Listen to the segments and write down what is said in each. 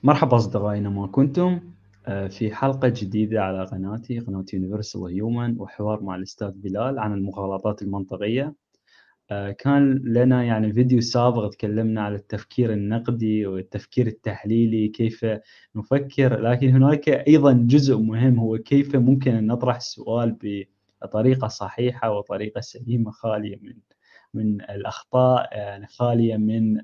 مرحبا أصدقائي، أينما كنتم. في حلقة جديدة على قناة Universal Human، وحوار مع الأستاذ بلال عن المغالطات المنطقية. كان لنا يعني فيديو سابق تكلمنا على التفكير النقدي والتفكير التحليلي، كيف نفكر، لكن هناك أيضًا جزء مهم هو كيف ممكن أن نطرح السؤال بطريقة صحيحة وطريقة سليمة، خالية من الأخطاء، خالية من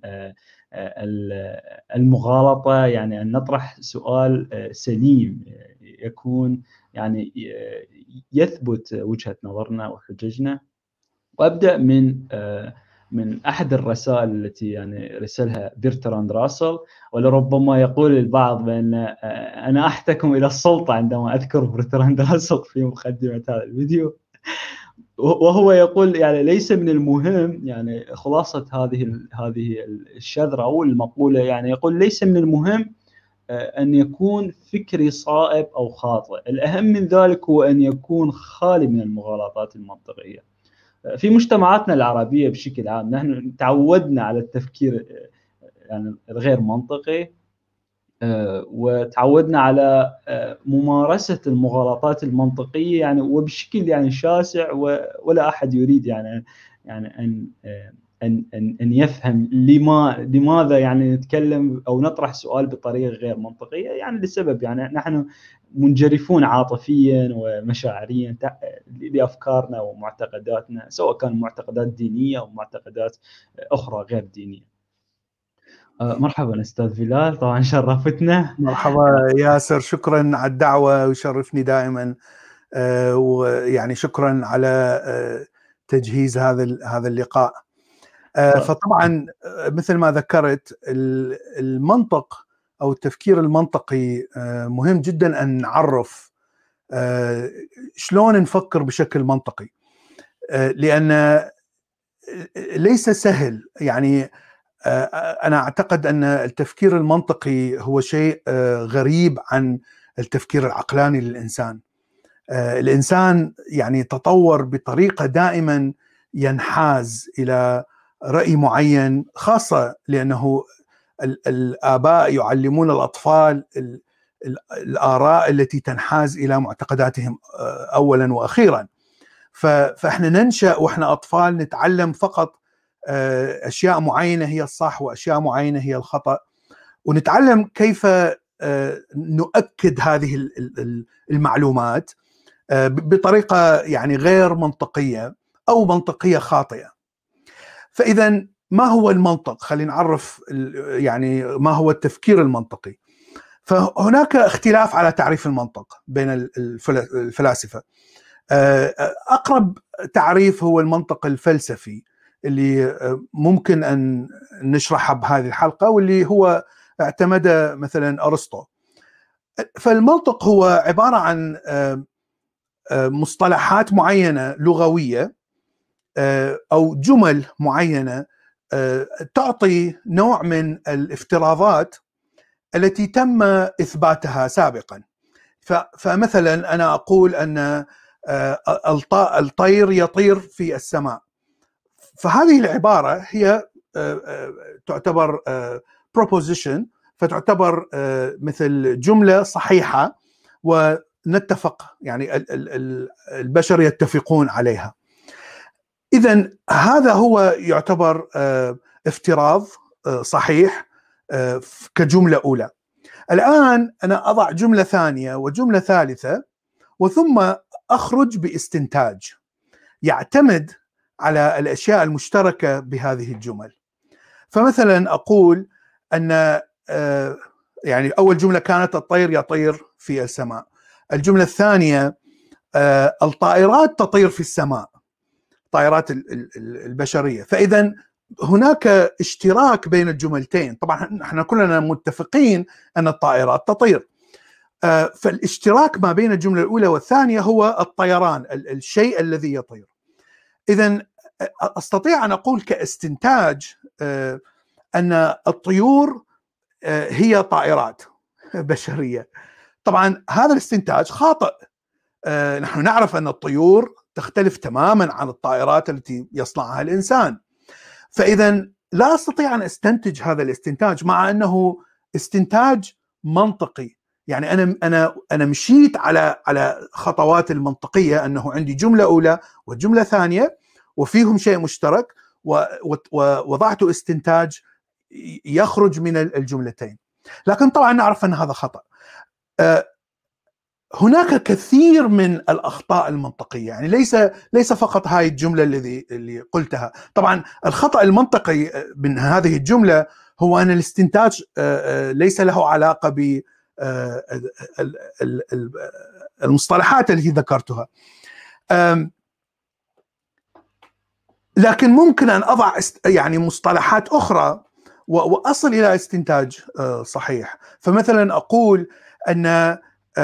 المغالطة، يعني أن نطرح سؤال سليم، يكون يعني يثبت وجهة نظرنا وحججنا. وأبدأ من أحد الرسائل التي يعني رسلها برتراند راسل، ولربما يقول البعض بأن أنا أحتكم إلى السلطة عندما أذكر برتراند راسل في مقدمة هذا الفيديو. وهو يقول يعني ليس من المهم، يعني خلاصة هذه الشذرة أو المقولة، يعني يقول ليس من المهم أن يكون فكري صائب أو خاطئ، الأهم من ذلك هو أن يكون خالي من المغالطات المنطقية. في مجتمعاتنا العربية بشكل عام نحن تعودنا على التفكير يعني الغير منطقي، وتعودنا على ممارسة المغالطات المنطقية يعني وبشكل يعني شاسع، ولا أحد يريد يعني أن يفهم لماذا يعني نتكلم أو نطرح سؤال بطريقة غير منطقية، يعني لسبب يعني نحن منجرفون عاطفيًا ومشاعريًا لأفكارنا ومعتقداتنا، سواء كان معتقدات دينية أو معتقدات أخرى غير دينية. مرحبًا أستاذ بلال، طبعًا شرفتنا. مرحبا ياسر، شكرا على الدعوة ويشرفني دائما. ويعني شكرا على تجهيز هذا اللقاء. فطبعا مثل ما ذكرت، المنطق أو التفكير المنطقي مهم جدا أن نعرف شلون نفكر بشكل منطقي، لأن ليس سهل. يعني أنا أعتقد أن التفكير المنطقي هو شيء غريب عن التفكير العقلاني للإنسان. الإنسان يعني تطور بطريقة دائما ينحاز إلى رأي معين، خاصة لأنه الآباء يعلمون الأطفال الآراء التي تنحاز إلى معتقداتهم أولا وأخيرا. فإحنا ننشأ وإحنا أطفال نتعلم فقط أشياء معينة هي الصح وأشياء معينة هي الخطأ، ونتعلم كيف نؤكد هذه المعلومات بطريقة يعني غير منطقية أو منطقية خاطئة. فإذا ما هو المنطق؟ خلينا نعرف يعني ما هو التفكير المنطقي. فهناك اختلاف على تعريف المنطق بين الفلاسفة. أقرب تعريف هو المنطق الفلسفي اللي ممكن أن نشرحه بهذه الحلقة، واللي هو اعتمد مثلا أرسطو. فالمنطق هو عبارة عن مصطلحات معينة لغوية أو جمل معينة تعطي نوع من الافتراضات التي تم إثباتها سابقا. فمثلا أنا أقول أن الطير يطير في السماء، فهذه العبارة هي تعتبر proposition، فتعتبر مثل جملة صحيحة ونتفق، يعني البشر يتفقون عليها. إذن هذا هو يعتبر افتراض صحيح كجملة أولى. الآن أنا أضع جملة ثانية وجملة ثالثة، وثم أخرج باستنتاج يعتمد على الأشياء المشتركة بهذه الجمل. فمثلا أقول أن يعني أول جملة كانت الطير يطير في السماء. الجملة الثانية الطائرات تطير في السماء، الطائرات البشرية. فإذا هناك اشتراك بين الجملتين. طبعا احنا كلنا متفقين أن الطائرات تطير. فالاشتراك ما بين الجملة الأولى والثانية هو الطيران، الشيء الذي يطير. إذن أستطيع أن أقول كاستنتاج أن الطيور هي طائرات بشرية. طبعا هذا الاستنتاج خاطئ. نحن نعرف أن الطيور تختلف تماما عن الطائرات التي يصنعها الإنسان. فإذا لا أستطيع أن أستنتج هذا الاستنتاج، مع أنه استنتاج منطقي. يعني انا مشيت على خطوات المنطقيه، انه عندي جمله اولى وجمله ثانيه وفيهم شيء مشترك، ووضعت استنتاج يخرج من الجملتين. لكن طبعا نعرف ان هذا خطأ. هناك كثير من الاخطاء المنطقيه، يعني ليس فقط هاي الجمله اللي قلتها. طبعا الخطأ المنطقي من هذه الجمله هو ان الاستنتاج ليس له علاقه ب المصطلحات التي ذكرتها، لكن ممكن ان اضع يعني مصطلحات اخرى واصل الى استنتاج صحيح. فمثلا اقول ان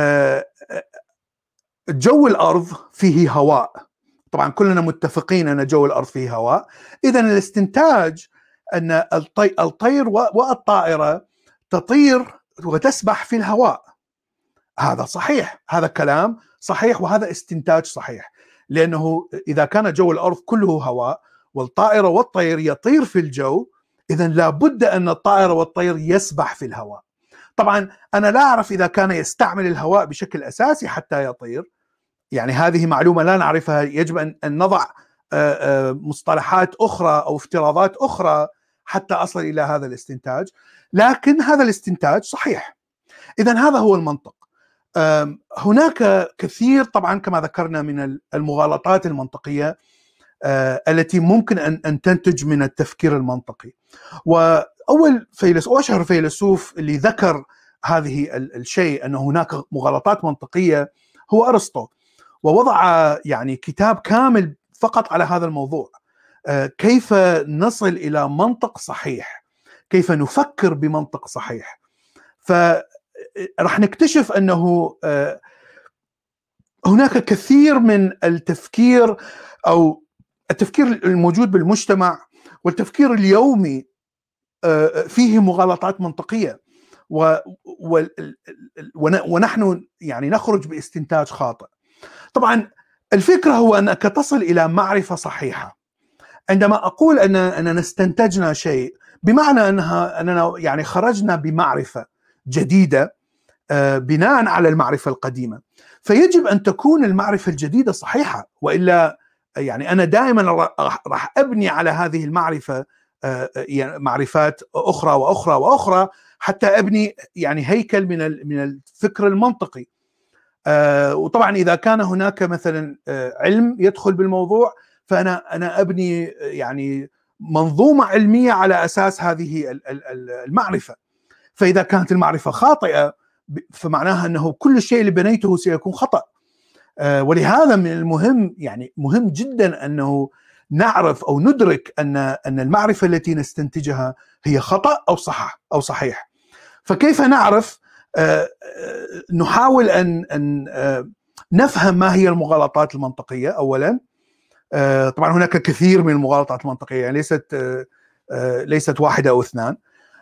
جو الارض فيه هواء، طبعا كلنا متفقين ان جو الارض فيه هواء، اذا الاستنتاج ان الطير والطائره تطير وتسبح في الهواء. هذا صحيح، هذا كلام صحيح، وهذا استنتاج صحيح، لانه اذا كان جو الارض كله هواء والطائره والطير يطير في الجو، اذا لابد ان الطائره والطير يسبح في الهواء. طبعا انا لا اعرف اذا كان يستعمل الهواء بشكل اساسي حتى يطير، يعني هذه معلومه لا نعرفها، يجب ان نضع مصطلحات اخرى او افتراضات اخرى حتى اصل الى هذا الاستنتاج، لكن هذا الاستنتاج صحيح. اذا هذا هو المنطق. هناك كثير طبعا كما ذكرنا من المغالطات المنطقيه التي ممكن ان تنتج من التفكير المنطقي. واول فيلسوف او اشهر فيلسوف اللي ذكر هذه الشيء، ان هناك مغالطات منطقيه، هو ارسطو، ووضع يعني كتاب كامل فقط على هذا الموضوع، كيف نصل الى منطق صحيح، كيف نفكر بمنطق صحيح. فرح نكتشف انه هناك كثير من التفكير او التفكير الموجود بالمجتمع والتفكير اليومي فيه مغالطات منطقيه، ونحن يعني نخرج باستنتاج خاطئ. طبعا الفكره هو انك تصل الى معرفه صحيحه. عندما اقول اننا استنتجنا شيء، بمعنى اننا يعني خرجنا بمعرفه جديده بناء على المعرفه القديمه، فيجب ان تكون المعرفه الجديده صحيحه، والا يعني انا دائما راح ابني على هذه المعرفه يعني معرفات اخرى واخرى واخرى حتى ابني يعني هيكل من الفكر المنطقي. وطبعا اذا كان هناك مثلا علم يدخل بالموضوع، فانا ابني يعني منظومه علميه على اساس هذه المعرفه. فاذا كانت المعرفه خاطئه فمعناها انه كل شيء اللي بنيته سيكون خطأ. ولهذا من المهم، يعني مهم جدا انه نعرف او ندرك ان المعرفه التي نستنتجها هي خطأ او صح او صحيح. فكيف نعرف؟ نحاول ان نفهم ما هي المغالطات المنطقيه اولا. طبعا هناك كثير من المغالطات المنطقيه، يعني ليست واحده او اثنان،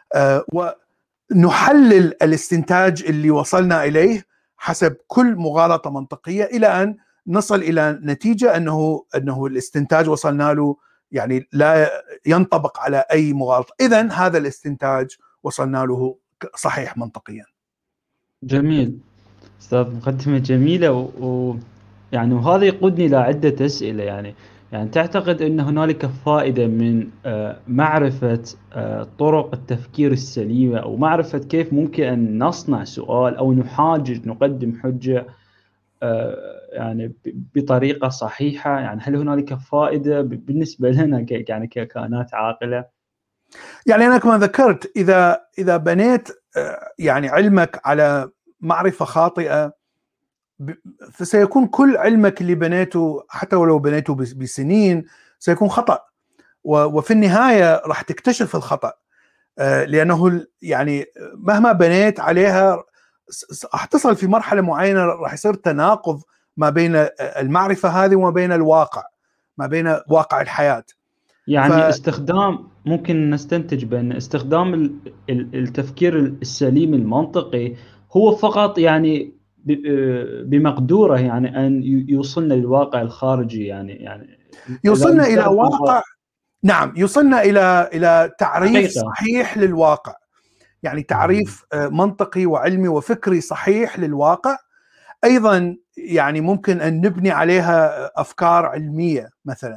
ونحلل الاستنتاج اللي وصلنا اليه حسب كل مغالطه منطقيه الى ان نصل الى نتيجه انه الاستنتاج وصلنا له يعني لا ينطبق على اي مغالطه، اذا هذا الاستنتاج وصلنا له صحيح منطقيا. جميل استاذ، مقدمة جميلة يعني وهذا يقودني إلى عدة أسئلة. يعني تعتقد أن هنالك فائدة من معرفة طرق التفكير السليمة، أو معرفة كيف ممكن أن نصنع سؤال أو نحاجج نقدم حجة يعني بطريقة صحيحة؟ يعني هل هنالك فائدة بالنسبة لنا يعني ككائنات عاقلة؟ يعني أنا كما ذكرت، إذا بنيت يعني علمك على معرفة خاطئة، فسيكون كل علمك اللي بنيته حتى ولو بنيته بسنين سيكون خطأ، وفي النهاية راح تكتشف الخطأ، لأنه يعني مهما بنيت عليها راح تصل في مرحلة معينة راح يصير تناقض ما بين المعرفة هذه وما بين الواقع، ما بين واقع الحياة. يعني ممكن نستنتج بأن استخدام التفكير السليم المنطقي هو فقط يعني بمقدوره يعني أن يوصلنا للواقع الخارجي، يعني يوصلنا إلى واقع، نعم، يوصلنا إلى تعريف صحيح للواقع. يعني تعريف منطقي وعلمي وفكري صحيح للواقع. أيضا يعني ممكن أن نبني عليها أفكار علمية مثلا.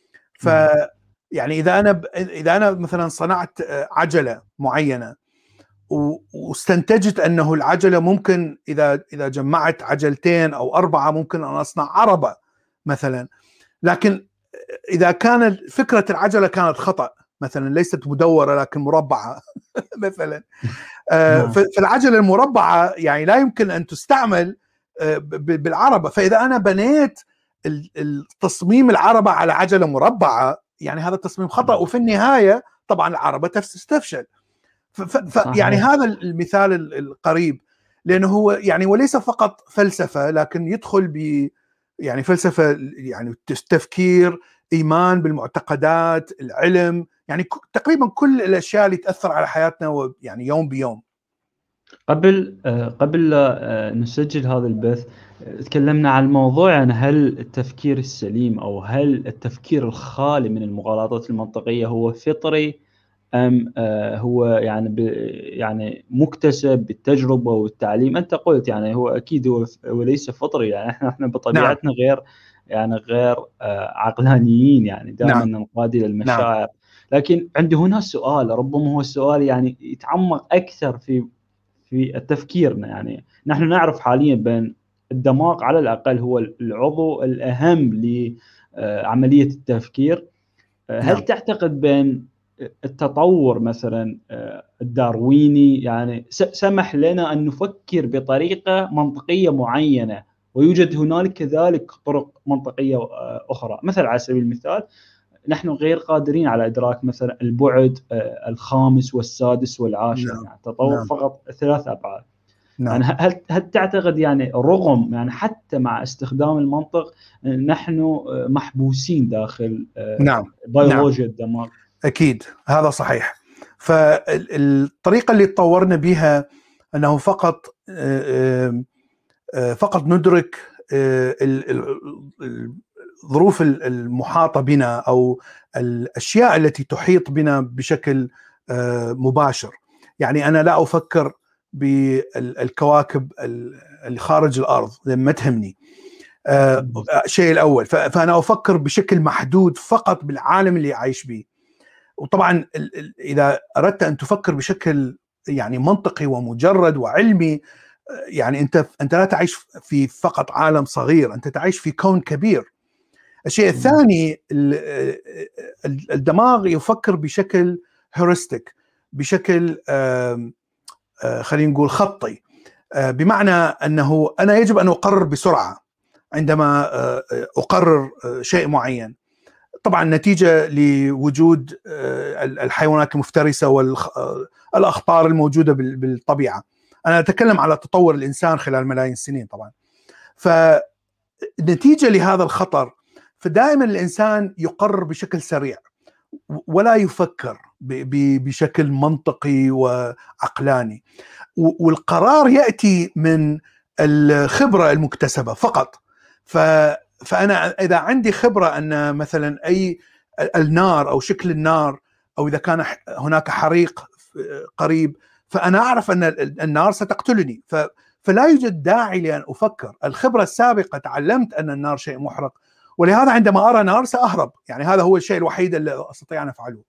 يعني إذا أنا مثلا صنعت عجلة معينة واستنتجت أنه العجلة ممكن إذا جمعت عجلتين أو 4 ممكن أن أصنع عربة مثلا، لكن إذا كانت فكرة العجلة كانت خطأ مثلا، ليست مدورة لكن مربعة مثلا، فالعجلة المربعة يعني لا يمكن أن تستعمل بالعربة. فإذا أنا بنيت التصميم العربة على عجلة مربعة، يعني هذا التصميم خطأ، وفي النهاية طبعا العربة تستفشل. يعني هذا المثال القريب، لأنه هو يعني وليس فقط فلسفة، لكن يدخل يعني فلسفة، يعني تفكير، إيمان بالمعتقدات، العلم، يعني تقريبا كل الأشياء اللي تأثر على حياتنا يعني يوم بيوم. قبل لا نسجل هذا البث تكلمنا عن الموضوع، يعني هل التفكير السليم أو هل التفكير الخالي من المغالطات المنطقية هو فطري أم هو يعني مكتسب بالتجربة والتعليم؟ أنت قلت يعني هو أكيد هو ليس فطري، يعني إحنا بطبيعتنا غير عقلانيين، يعني دائما ننقاد إلى المشاعر. لكن عندي هنا سؤال، ربما هو السؤال يعني يتعمق أكثر في تفكيرنا. يعني نحن نعرف حاليا بأن الدماغ على الأقل هو العضو الأهم لعملية التفكير. هل تعتقد بأن التطور مثلا الدارويني يعني سمح لنا أن نفكر بطريقة منطقية معينة، ويوجد هنالك كذلك طرق منطقية أخرى؟ مثلا على سبيل المثال نحن غير قادرين على إدراك مثلا البعد الخامس والسادس والعاشر، يعني تطور فقط 3 أبعاد. يعني هل تعتقد يعني رغم يعني حتى مع استخدام المنطق نحن محبوسين داخل بيولوجيا الدماغ؟ أكيد هذا صحيح. فالطريقة اللي تطورنا بها أنه فقط ندرك الظروف المحاطة بنا أو الأشياء التي تحيط بنا بشكل مباشر. يعني أنا لا أفكر بالكواكب اللي خارج الأرض لما تهمني. الشيء الأول، فأنا أفكر بشكل محدود فقط بالعالم اللي عايش به. وطبعا إذا أردت أن تفكر بشكل يعني منطقي ومجرد وعلمي، يعني أنت لا تعيش في فقط عالم صغير، أنت تعيش في كون كبير. الشيء الثاني، الدماغ يفكر بشكل هيورستيك، بشكل خلينا نقول خطي، بمعنى أنه أنا يجب أن أقرر بسرعة عندما أقرر شيء معين. طبعا نتيجة لوجود الحيوانات المفترسة والأخطار الموجودة بالطبيعة. أنا أتكلم على تطور الإنسان خلال ملايين السنين طبعا. فنتيجة لهذا الخطر، فدائما الإنسان يقرر بشكل سريع ولا يفكر بشكل منطقي وعقلاني، والقرار يأتي من الخبرة المكتسبة فقط. فأنا إذا عندي خبرة أن مثلا أي النار أو شكل النار، أو إذا كان هناك حريق قريب، فأنا أعرف أن النار ستقتلني، فلا يوجد داعي لأن أفكر. الخبرة السابقة تعلمت أن النار شيء محرق، ولهذا عندما أرى نار سأهرب. يعني هذا هو الشيء الوحيد اللي أستطيع أن أفعله.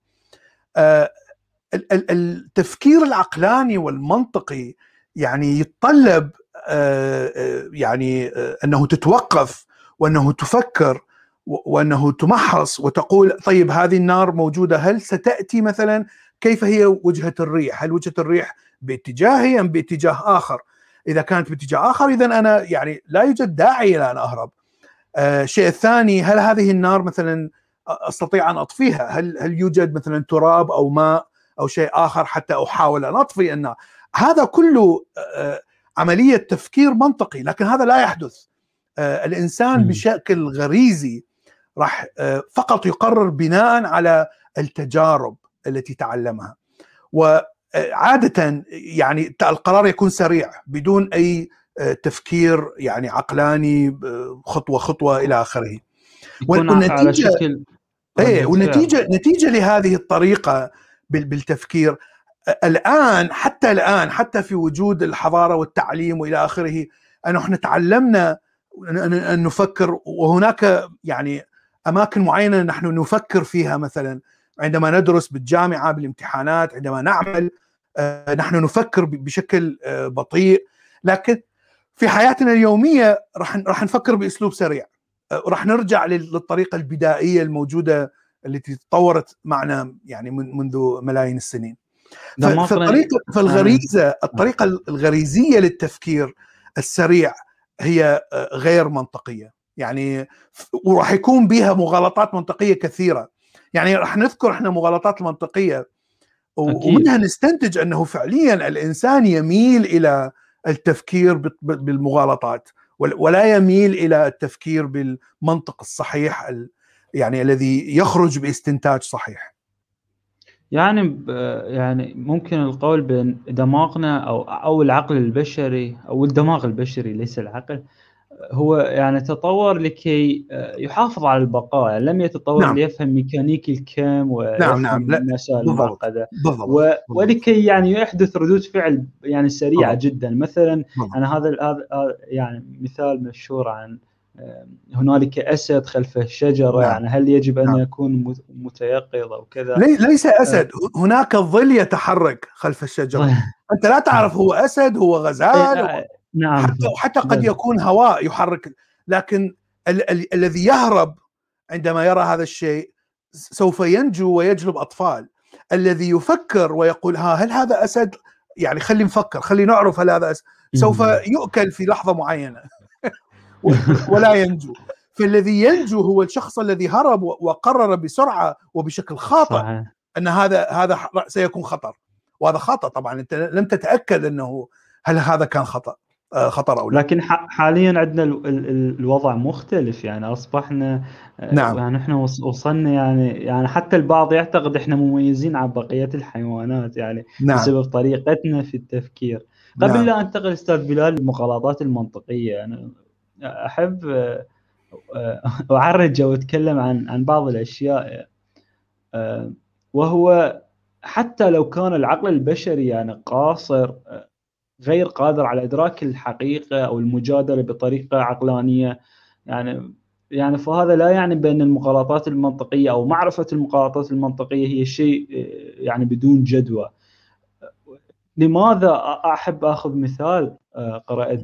التفكير العقلاني والمنطقي يعني يتطلب يعني أنه تتوقف، وأنه تفكر، وأنه تمحص وتقول طيب هذه النار موجودة، هل ستأتي مثلا؟ كيف هي وجهة الريح؟ هل وجهة الريح باتجاهي أم باتجاه آخر؟ إذا كانت باتجاه آخر إذن أنا يعني لا يوجد داعي لأن أهرب. الشيء الثاني، هل هذه النار مثلا أستطيع أن أطفيها؟ هل يوجد مثلا تراب أو ماء أو شيء آخر حتى أحاول أن أطفي النار؟ هذا كله عملية تفكير منطقي، لكن هذا لا يحدث. الإنسان بشكل غريزي راح فقط يقرر بناء على التجارب التي تعلمها، وعادة يعني القرار يكون سريع بدون أي تفكير يعني عقلاني خطوة خطوة إلى آخره. على شكل والنتيجة لهذه الطريقة بالتفكير الآن حتى في وجود الحضارة والتعليم وإلى آخره، أنه احنا تعلمنا أن نفكر، وهناك يعني أماكن معينة نحن نفكر فيها، مثلا عندما ندرس بالجامعة بالامتحانات، عندما نعمل نحن نفكر بشكل بطيء، لكن في حياتنا اليومية راح نفكر بأسلوب سريع، راح نرجع للطريقة البدائية الموجودة التي تطورت معنا يعني منذ ملايين السنين. الطريقة الغريزية للتفكير السريع هي غير منطقية، يعني وراح يكون بها مغالطات منطقية كثيرة. يعني راح نذكر احنا مغالطات منطقية، ومنها نستنتج أنه فعليا الإنسان يميل إلى التفكير بالمغالطات، ولا يميل إلى التفكير بالمنطق الصحيح يعني الذي يخرج باستنتاج صحيح. يعني ممكن القول بأن دماغنا أو العقل البشري أو الدماغ البشري، ليس العقل، هو يعني تطور لكي يحافظ على البقاء، يعني لم يتطور نعم. ليفهم ميكانيك الكم ويفهم مسائل معقدة، ولكي يعني يحدث ردود فعل يعني سريعة جدا. مثلا يعني هذا يعني مثال مشهور عن هنالك أسد خلف الشجرة. نعم. يعني هل يجب أن يكون متيقظ أو كذا؟ ليس أسد، هناك ظل يتحرك خلف الشجرة. أنت لا تعرف هو أسد، هو غزال، نعم. حتى قد يكون هواء يحرك، لكن الذي يهرب عندما يرى هذا الشيء سوف ينجو ويجلب أطفال. الذي يفكر ويقول هل هذا أسد، يعني خلي نفكر، خلي نعرف هل هذا أسد، سوف يؤكل في لحظة معينة ولا ينجو. فالذي ينجو هو الشخص الذي هرب وقرر بسرعة وبشكل خاطئ أن هذا سيكون خطر، وهذا خطأ. طبعا أنت لم تتأكد أنه هل هذا كان خطر أو لا. لكن حاليا عندنا الوضع مختلف، يعني أصبحنا نعم. يعني احنا وصلنا يعني حتى البعض يعتقد احنا مميزين عن بقية الحيوانات، يعني نعم. بسبب طريقتنا في التفكير. قبل لا أنتقل أستاذ بلال للمغالطات المنطقية، أنا أحب أعرج وأتكلم عن بعض الأشياء، وهو حتى لو كان العقل البشري يعني قاصر، غير قادر على إدراك الحقيقة أو المجادلة بطريقة عقلانية، يعني فهذا لا يعني بأن المغالطات المنطقية أو معرفة المغالطات المنطقية هي شيء يعني بدون جدوى. لماذا أحب أخذ مثال؟ قرأت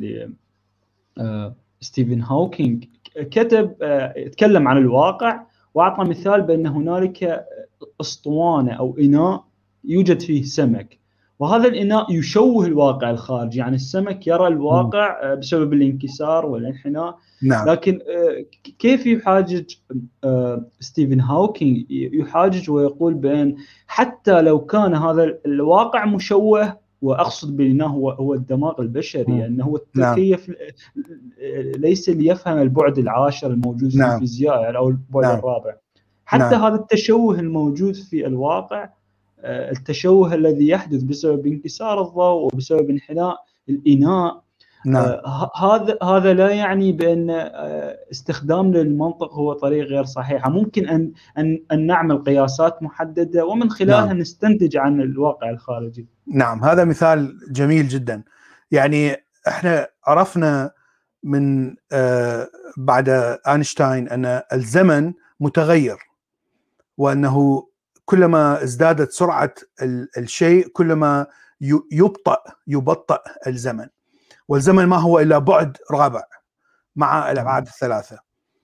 ستيفن هوكينج كتب يتكلم عن الواقع، وأعطى مثال بأن هنالك أسطوانة أو إناء يوجد فيه سمك، وهذا الإناء يشوه الواقع الخارجي، يعني السمك يرى الواقع بسبب الانكسار والانحناء. نعم. لكن كيف يحاجج ستيفن هوكينج؟ يحاجج ويقول بأن حتى لو كان هذا الواقع مشوه، وأقصد بالإناء هو الدماغ البشري، أنه التكيف ليس ليفهم البعد العاشر الموجود في الفيزياء يعني أو البعد الرابع. حتى هذا التشوه الموجود في الواقع، التشوه الذي يحدث بسبب انكسار الضوء وبسبب انحناء الإناء، هذا لا يعني بأن استخدام للمنطق هو طريق غير صحيحة. ممكن أن نعمل قياسات محددة ومن خلالها نستنتج عن الواقع الخارجي. نعم، هذا مثال جميل جدا. يعني احنا عرفنا من بعد أينشتاين أن الزمن متغير، وأنه كلما ازدادت سرعة الشيء كلما يبطأ الزمن، والزمن ما هو إلا بعد رابع مع الأبعاد الثلاثة.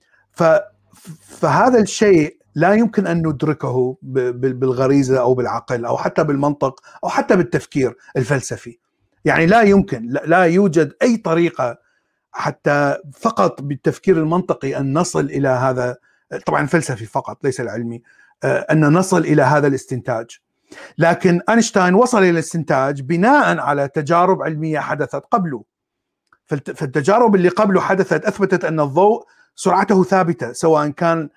فهذا الشيء لا يمكن أن ندركه بالغريزة أو بالعقل أو حتى بالمنطق أو حتى بالتفكير الفلسفي. يعني لا يمكن، لا يوجد أي طريقة حتى فقط بالتفكير المنطقي أن نصل إلى هذا، طبعا الفلسفي فقط ليس العلمي، أن نصل إلى هذا الاستنتاج. لكن أينشتاين وصل إلى الاستنتاج بناء على تجارب علمية حدثت قبله. فالتجارب اللي قبله حدثت أثبتت أن الضوء سرعته ثابتة، سواء كان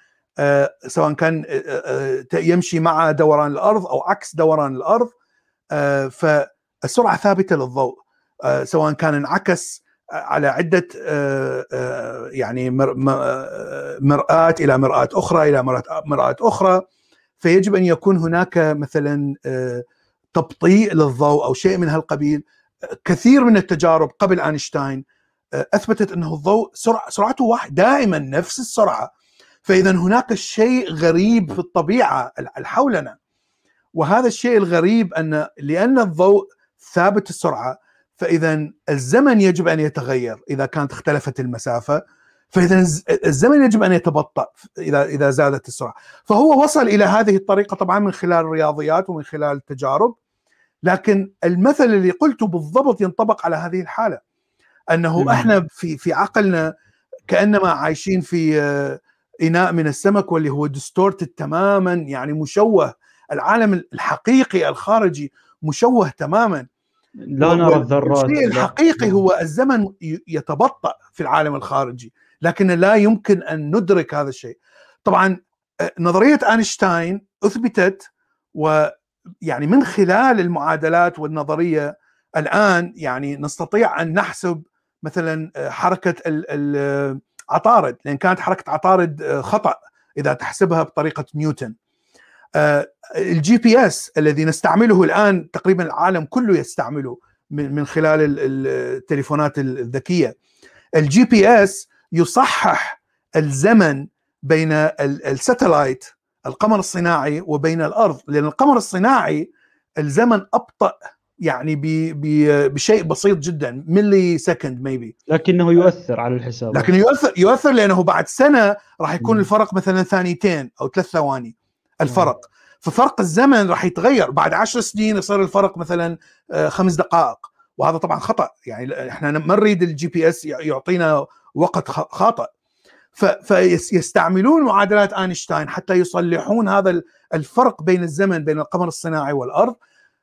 يمشي مع دوران الأرض أو عكس دوران الأرض، فالسرعة ثابتة للضوء، سواء كان انعكس على عدة يعني مرآة إلى مرآة أخرى إلى مرآة أخرى. فيجب أن يكون هناك مثلا تبطيء للضوء أو شيء من هالقبيل. كثير من التجارب قبل أينشتاين أثبتت أنه الضوء سرعته واحد دائما نفس السرعة. فإذا هناك شيء غريب في الطبيعة حولنا، وهذا الشيء الغريب لأن الضوء ثابت السرعة، فإذا الزمن يجب أن يتغير إذا كانت اختلفت المسافة، فإذا الزمن يجب أن يتبطأ إذا زادت السرعة. فهو وصل إلى هذه الطريقة طبعا من خلال الرياضيات ومن خلال التجارب، لكن المثل اللي قلته بالضبط ينطبق على هذه الحالة، أنه إحنا في عقلنا كأنما عايشين في إناء من السمك، واللي هو ديستورتد تماما، يعني مشوه. العالم الحقيقي الخارجي مشوه تماما، لا نرى الذرات. الشيء الحقيقي هو الزمن يتبطأ في العالم الخارجي، لكن لا يمكن أن ندرك هذا الشيء. طبعا نظرية أينشتاين أثبتت، ويعني من خلال المعادلات والنظرية الآن يعني نستطيع أن نحسب مثلا حركة العطارد، لأن كانت حركة عطارد خطأ إذا تحسبها بطريقة نيوتن. الجي بي اس الذي نستعمله الآن تقريبا العالم كله يستعمله من خلال التليفونات الذكية. الجي بي اس يصحح الزمن بين الساتلايت القمر الصناعي وبين الأرض، لأن القمر الصناعي الزمن أبطأ يعني بشيء بسيط جدا، ملي سكند ميبي، لكنه يؤثر على الحساب. لكن يؤثر لأنه بعد سنة راح يكون الفرق مثلا 2 أو 3 ثواني الفرق. ففرق الزمن راح يتغير، بعد 10 سنين يصير الفرق مثلا 5 دقائق، وهذا طبعا خطأ. يعني احنا ما نريد الجي بي اس يعطينا وقت خاطئ، فيستعملون معادلات أينشتاين حتى يصلحون هذا الفرق بين الزمن بين القمر الصناعي والأرض.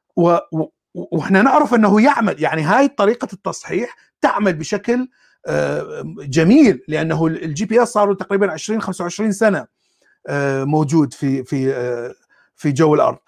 واحنا نعرف انه يعمل، يعني هاي طريقة التصحيح تعمل بشكل جميل، لانه الجي بي اس صاروا تقريبا 20-25 سنة موجود في جو الأرض.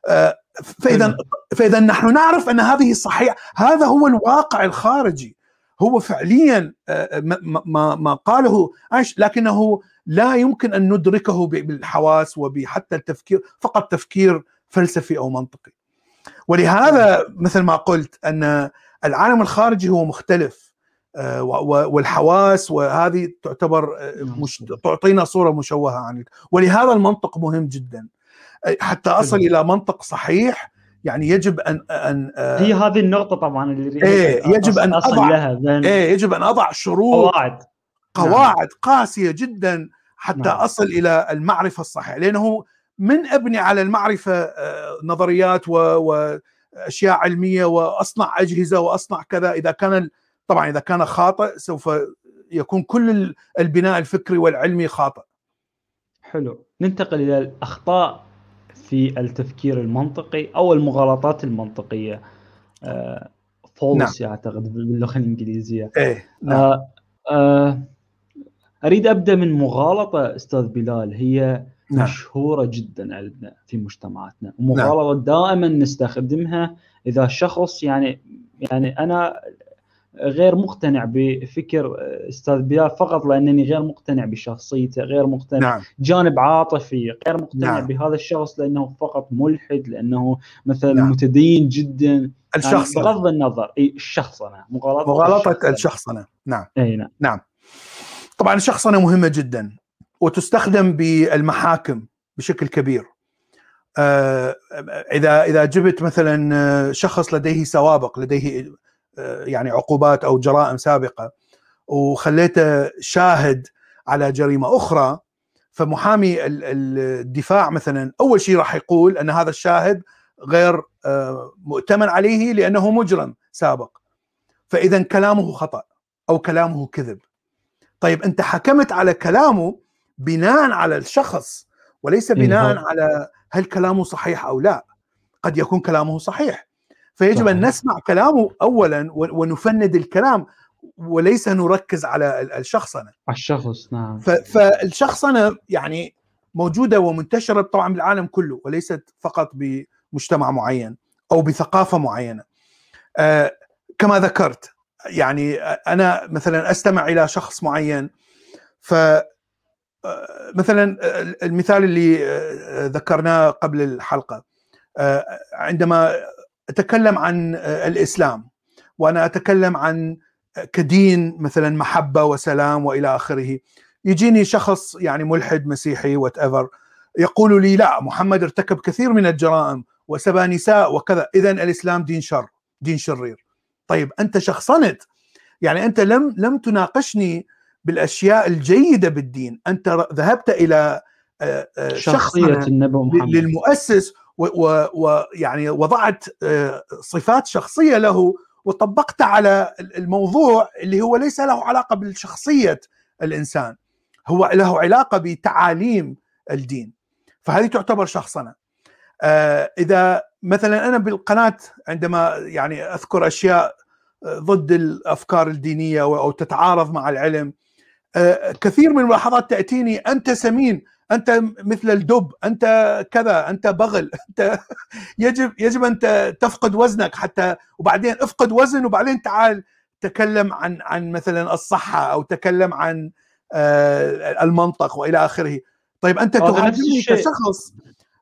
فإذا نحن نعرف أن هذه صحيح، هذا هو الواقع الخارجي، هو فعليا ما قاله لكنه لا يمكن أن ندركه بالحواس وبحتى التفكير، فقط تفكير فلسفي أو منطقي. ولهذا مثل ما قلت أن العالم الخارجي هو مختلف، والحواس وهذه تعتبر تعطينا صورة مشوهة عنه. ولهذا المنطق مهم جدا حتى أصل إلى منطق صحيح. يعني يجب أن هي هذه النقطة طبعا اللي يجب أن أضع لها يجب أن أضع شروط قواعد قاسية جدا حتى أصل إلى المعرفة الصحيحة، لأنه من أبني على المعرفة نظريات وأشياء علمية وأصنع أجهزة وأصنع كذا، إذا كان خاطئ سوف يكون كل البناء الفكري والعلمي خاطئ. حلو، ننتقل إلى الأخطاء في التفكير المنطقي أو المغالطات المنطقية. فولس نعم. أعتقد باللغة الإنجليزية. نعم. أريد أبدأ من مغالطة أستاذ بلال هي نعم. مشهورة جدا عندنا في مجتمعاتنا، ومغالطة نعم. دائما نستخدمها إذا شخص يعني أنا غير مقتنع بفكر أستاذ بلال فقط لأنني غير مقتنع بشخصيته، غير مقتنع نعم. جانب عاطفي، غير مقتنع نعم. بهذا الشخص لأنه فقط ملحد، لأنه مثلا نعم. متدين جدا. الشخص يعني بغض النظر الشخصنة، مغالطة الشخصنة. نعم. نعم. نعم. طبعا الشخصنة مهمة جدا وتستخدم بالمحاكم بشكل كبير. إذا جبت مثلا شخص لديه سوابق، لديه يعني عقوبات أو جرائم سابقة، وخليته شاهد على جريمة أخرى، فمحامي الدفاع مثلا أول شيء راح يقول أن هذا الشاهد غير مؤتمن عليه لأنه مجرم سابق، فإذا كلامه خطأ أو كلامه كذب. طيب أنت حكمت على كلامه بناء على الشخص وليس بناء على هل كلامه صحيح أو لا. قد يكون كلامه صحيح، فيجب أن نسمع كلامه أولا ونفند الكلام وليس نركز على الشخصنة. على الشخص. نعم. فالشخصنة يعني موجودة ومنتشرة طبعا بالعالم كله، وليست فقط بمجتمع معين أو بثقافة معينة. كما ذكرت يعني أنا مثلا أستمع إلى شخص معين، فمثلا المثال اللي ذكرناه قبل الحلقة، عندما اتكلم عن الاسلام، وانا اتكلم عن كدين مثلا محبه وسلام والى اخره، يجيني شخص يعني ملحد مسيحي وات ايفر يقول لي لا، محمد ارتكب كثير من الجرائم وسبى نساء وكذا، اذا الاسلام دين شر، دين شرير. طيب انت شخصنت، يعني انت لم تناقشني بالاشياء الجيده بالدين، انت ذهبت الى شخصيه النبي محمد للمؤسس ويعني وضعت صفات شخصيه له وطبقت على الموضوع اللي هو ليس له علاقه بالشخصيه الانسان، هو له علاقه بتعاليم الدين، فهذه تعتبر شخصنه. اذا مثلا انا بالقناه عندما يعني اذكر اشياء ضد الافكار الدينيه او تتعارض مع العلم، كثير من الملاحظات تاتيني: انت سمين، انت مثل الدب، انت كذا، انت بغل، انت يجب ان تفقد وزنك حتى، وبعدين افقد وزن وبعدين تعال تكلم عن مثلا الصحه او تكلم عن المنطق والى اخره. طيب انت تهاجمني كشخص،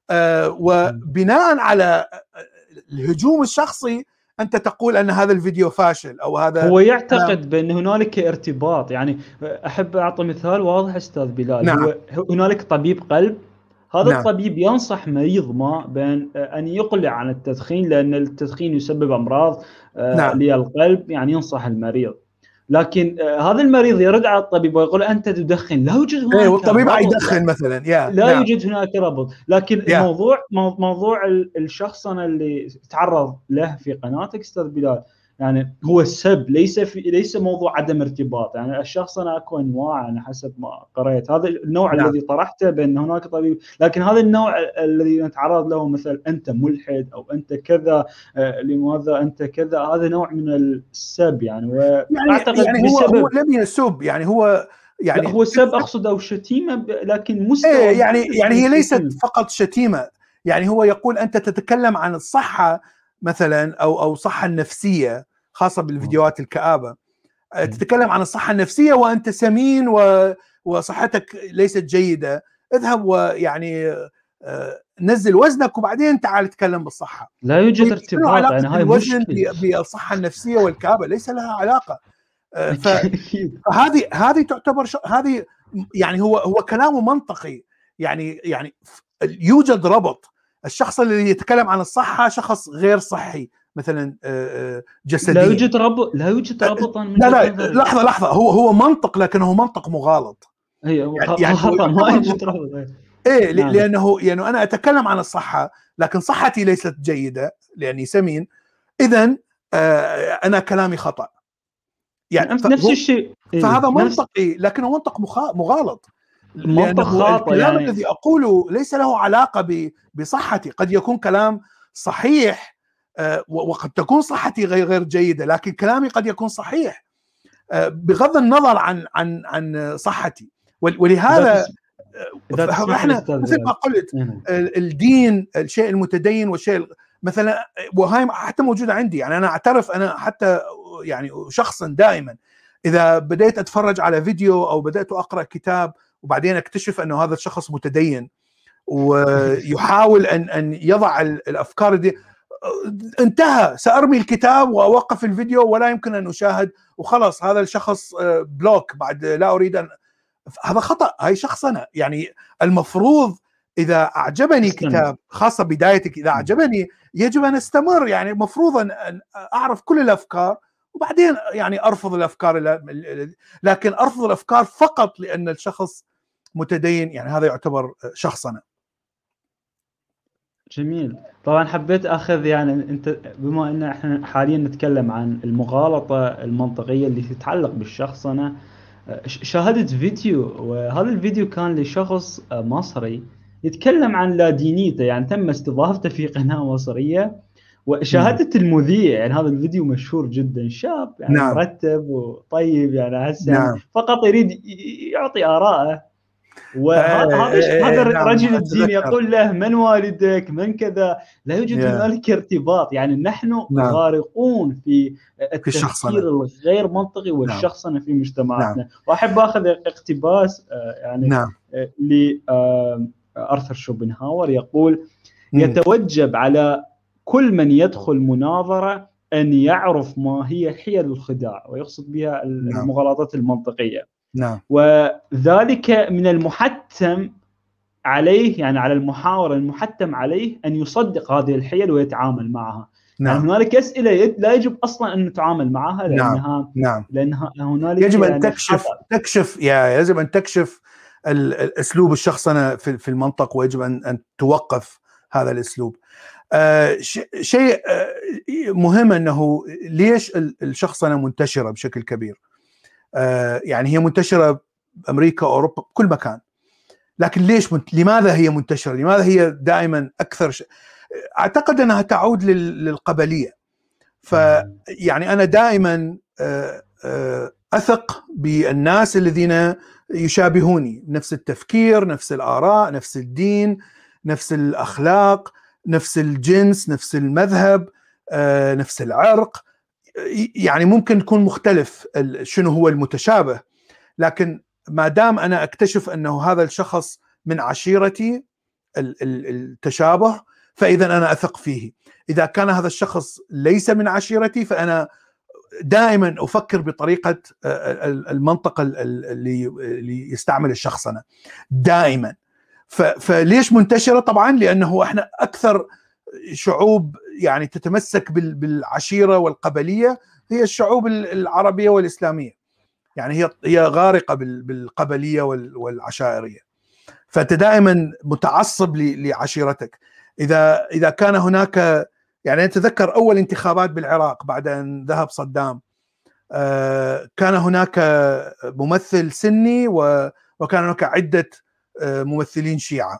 وبناء على الهجوم الشخصي انت تقول ان هذا الفيديو فاشل او هذا هو يعتقد بان هنالك ارتباط. يعني احب اعطي مثال واضح استاذ بلال. نعم. هو هنالك طبيب قلب، هذا نعم. الطبيب ينصح مريض ما بان ان يقلع عن التدخين لان التدخين يسبب امراض نعم. للقلب، يعني ينصح المريض. لكن هذا المريض يرد على الطبيب ويقول انت تدخن، لا يوجد هناك والطبيب ربط، يدخن مثلا، لا نعم. يوجد هناك ربط. لكن الموضوع موضوع الشخصنة اللي تعرض له في قناتك استاذ بلال، يعني هو السب، ليس موضوع عدم ارتباط. يعني الشخصنة اكو انواع، انا حسب ما قرأت هذا النوع الذي طرحته بان هناك طبيب، لكن هذا النوع الذي نتعرض له مثلا انت ملحد او انت كذا، لماذا انت كذا، هذا نوع من السب يعني. واعتقد يعني هو لم يسب، يعني هو يعني هو سب اقصد او شتيمه، لكن مستوى يعني هي ليست فقط شتيمه، يعني هو يقول انت تتكلم عن الصحه مثلا او صحه النفسيه، خاصه بالفيديوهات الكآبه، تتكلم عن الصحه النفسيه وانت سمين وصحتك ليست جيده، اذهب ويعني نزل وزنك وبعدين تعال تكلم بالصحه. لا يوجد ارتباط، يعني هاي الوزن مشكلة بالصحه النفسيه والكآبه ليس لها علاقه. فهذه تعتبر هذه يعني هو كلامه منطقي، يعني يوجد ربط. الشخص اللي يتكلم عن الصحة شخص غير صحي مثلا جسديا، لا يوجد ربط، لا يوجد ربطا من لا لحظة هو منطق، لكنه منطق مغالط. هي هو يعني خطأ، ما يوجد ربط. ايه نعم. لانه يعني انا اتكلم عن الصحة لكن صحتي ليست جيدة لاني سمين، اذا انا كلامي خطأ. يعني نفس الشيء، فهذا منطقي لكنه منطق مغالط، منطق خاطئ. الكلام يعني الذي أقوله ليس له علاقة بصحتي، قد يكون كلام صحيح وقد تكون صحتي غير جيدة، لكن كلامي قد يكون صحيح بغض النظر عن صحتي. ولهذا احنا مثل ما قلت الدين، الشيء المتدين والشيء مثلا، وهاي حتى موجودة عندي. يعني أنا أعترف، أنا حتى يعني شخصا دائما إذا بديت أتفرج على فيديو أو بدأت أقرأ كتاب وبعدين أكتشف أنه هذا الشخص متدين ويحاول أن يضع الأفكار دي، انتهى، سأرمي الكتاب وأوقف الفيديو ولا يمكن أن أشاهد، وخلص هذا الشخص بلوك، بعد لا أريد أن. هذا خطأ، هاي شخصنة. يعني المفروض إذا أعجبني كتاب، خاصة بدايتك، إذا أعجبني يجب أن أستمر، يعني مفروض أن أعرف كل الأفكار وبعدين يعني أرفض الأفكار، لكن أرفض الأفكار فقط لأن الشخص متدين، يعني هذا يعتبر شخصنة. جميل. طبعا حبيت أخذ، يعني أنت بما أن احنا حاليا نتكلم عن المغالطة المنطقية اللي تتعلق بالشخصنة، شاهدت فيديو، وهذا الفيديو كان لشخص مصري يتكلم عن لا دينيته، يعني تم استضافته في قناة مصرية وشاهدت المذيع. يعني هذا الفيديو مشهور جدا، شاب يعني نعم. مرتب وطيب، يعني أحس نعم. فقط يريد يعطي آراءه. وهذا الرجل الدين يقول له من والدك، من كذا. لا يوجد هنالك ارتباط. يعني نحن غارقون في التفكير الغير منطقي والشخصنة في مجتمعاتنا. وأحب أخذ اقتباس يعني لأرثر شوبنهاور يقول: يتوجب على كل من يدخل مناظرة أن يعرف ما هي حيل الخداع، ويقصد بها المغالطات المنطقية. نعم. وذلك من المحتم عليه، يعني على المحاور المحتم عليه أن يصدق هذه الحيل ويتعامل معها. نعم. يعني هنالك أسئلة لا يجب أصلا أن نتعامل معها، لأنها هنالك يجب أن يعني تكشف يجب أن تكشف الأسلوب الشخصنة في المنطق، ويجب أن توقف هذا الأسلوب. شيء مهم أنه ليش الشخصنة منتشرة بشكل كبير. يعني هي منتشرة بأمريكا أوروبا بكل مكان، لكن لماذا هي منتشرة؟ لماذا هي دائما أكثر أعتقد أنها تعود للقبلية. فيعني أنا دائما أثق بالناس الذين يشابهوني، نفس التفكير، نفس الآراء، نفس الدين، نفس الأخلاق، نفس الجنس، نفس المذهب، نفس العرق. يعني ممكن يكون مختلف شنو هو المتشابه، لكن ما دام أنا أكتشف أنه هذا الشخص من عشيرتي التشابه، فإذا أنا أثق فيه. إذا كان هذا الشخص ليس من عشيرتي، فأنا دائما أفكر بطريقة المنطق اللي يستعمل الشخصنة دائما. فليش منتشرة؟ طبعا لأنه احنا أكثر شعوب يعني تتمسك بالعشيرة والقبلية هي الشعوب العربية والإسلامية. يعني هي غارقة بالقبلية والعشائرية، فأنت دائما متعصب لعشيرتك. إذا كان هناك، يعني أتذكر أول انتخابات بالعراق بعد أن ذهب صدام، كان هناك ممثل سني وكان هناك عدة ممثلين شيعة.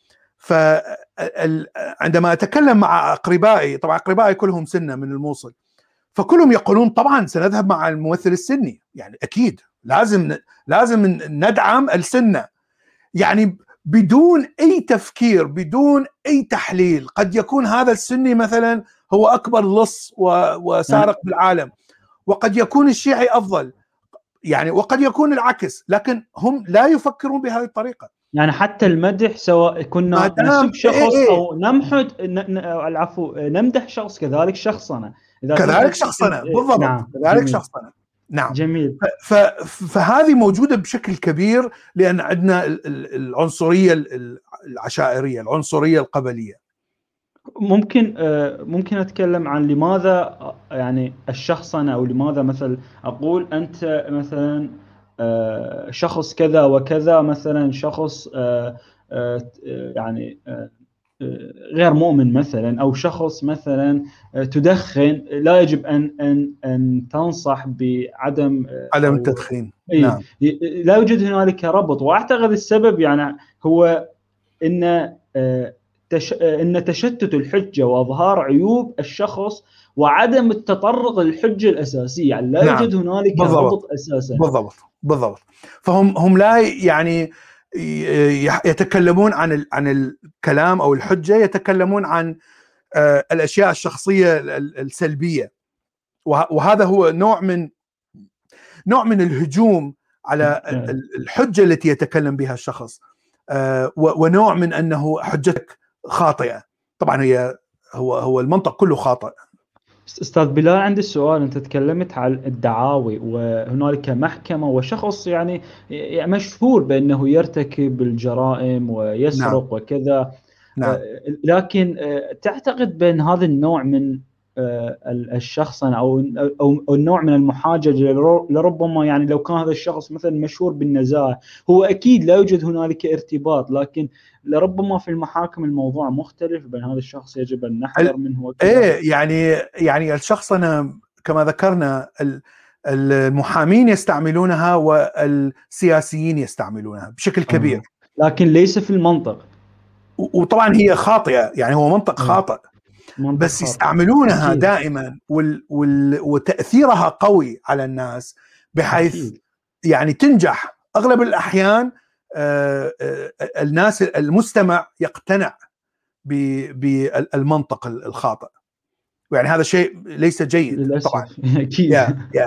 فعندما أتكلم مع أقربائي، طبعا أقربائي كلهم سنة من الموصل، فكلهم يقولون طبعا سنذهب مع الممثل السني، يعني أكيد لازم ندعم السنة، يعني بدون أي تفكير، بدون أي تحليل. قد يكون هذا السني مثلا هو أكبر لص وسارق بالعالم، وقد يكون الشيعي أفضل، يعني وقد يكون العكس، لكن هم لا يفكرون بهذه الطريقة. يعني حتى المدح، سواء كنا نسب شخص أو نمحد العفو نمدح شخص، كذلك شخصنة، كذلك شخصنة بالضبط. نعم. كذلك شخصنة. نعم. جميل. فهذه موجودة بشكل كبير، لأن عندنا العنصرية العشائرية، العنصرية القبلية. ممكن أتكلم عن لماذا يعني الشخصنة، أو لماذا مثلا أقول أنت مثلا شخص كذا وكذا، مثلا شخص يعني غير مؤمن مثلا، أو شخص مثلا تدخن، لا يجب أن تنصح بعدم عدم التدخين. نعم. لا يوجد هنالك ربط. وأعتقد السبب يعني هو إن تشتت الحجة وإظهار عيوب الشخص وعدم التطرق للحجة الأساسية، يعني لا يوجد هنالك ربط أساسا. بالضبط. فهم لا يعني يتكلمون عن الكلام أو الحجة، يتكلمون عن الأشياء الشخصية السلبية، وهذا هو نوع من الهجوم على الحجة التي يتكلم بها الشخص، ونوع من أنه حجتك خاطئة. طبعا هو المنطق كله خاطئ. أستاذ بلال، عندي السؤال. أنت تكلمت عن الدعاوي، وهنالك محكمة وشخص يعني مشهور بأنه يرتكب الجرائم ويسرق. نعم. وكذا. نعم. لكن تعتقد بأن هذا النوع من الشخصنة أو النوع من المحاججة لربما، يعني لو كان هذا الشخص مثلا مشهور بالنزاهة، هو أكيد لا يوجد هنالك ارتباط، لكن لربما في المحاكم الموضوع مختلف، بأن هذا الشخص يجب أن نحذر منه. يعني الشخصنة كما ذكرنا المحامين يستعملونها والسياسيين يستعملونها بشكل كبير، لكن ليس في المنطق. وطبعا هي خاطئة، يعني هو منطق خاطئ، بس يستعملونها أكيد. دائما وتأثيرها قوي على الناس، بحيث أكيد. يعني تنجح أغلب الأحيان. الناس المستمع يقتنع بالمنطق الخاطئ، يعني هذا شيء ليس جيد للأسف. طبعا أكيد.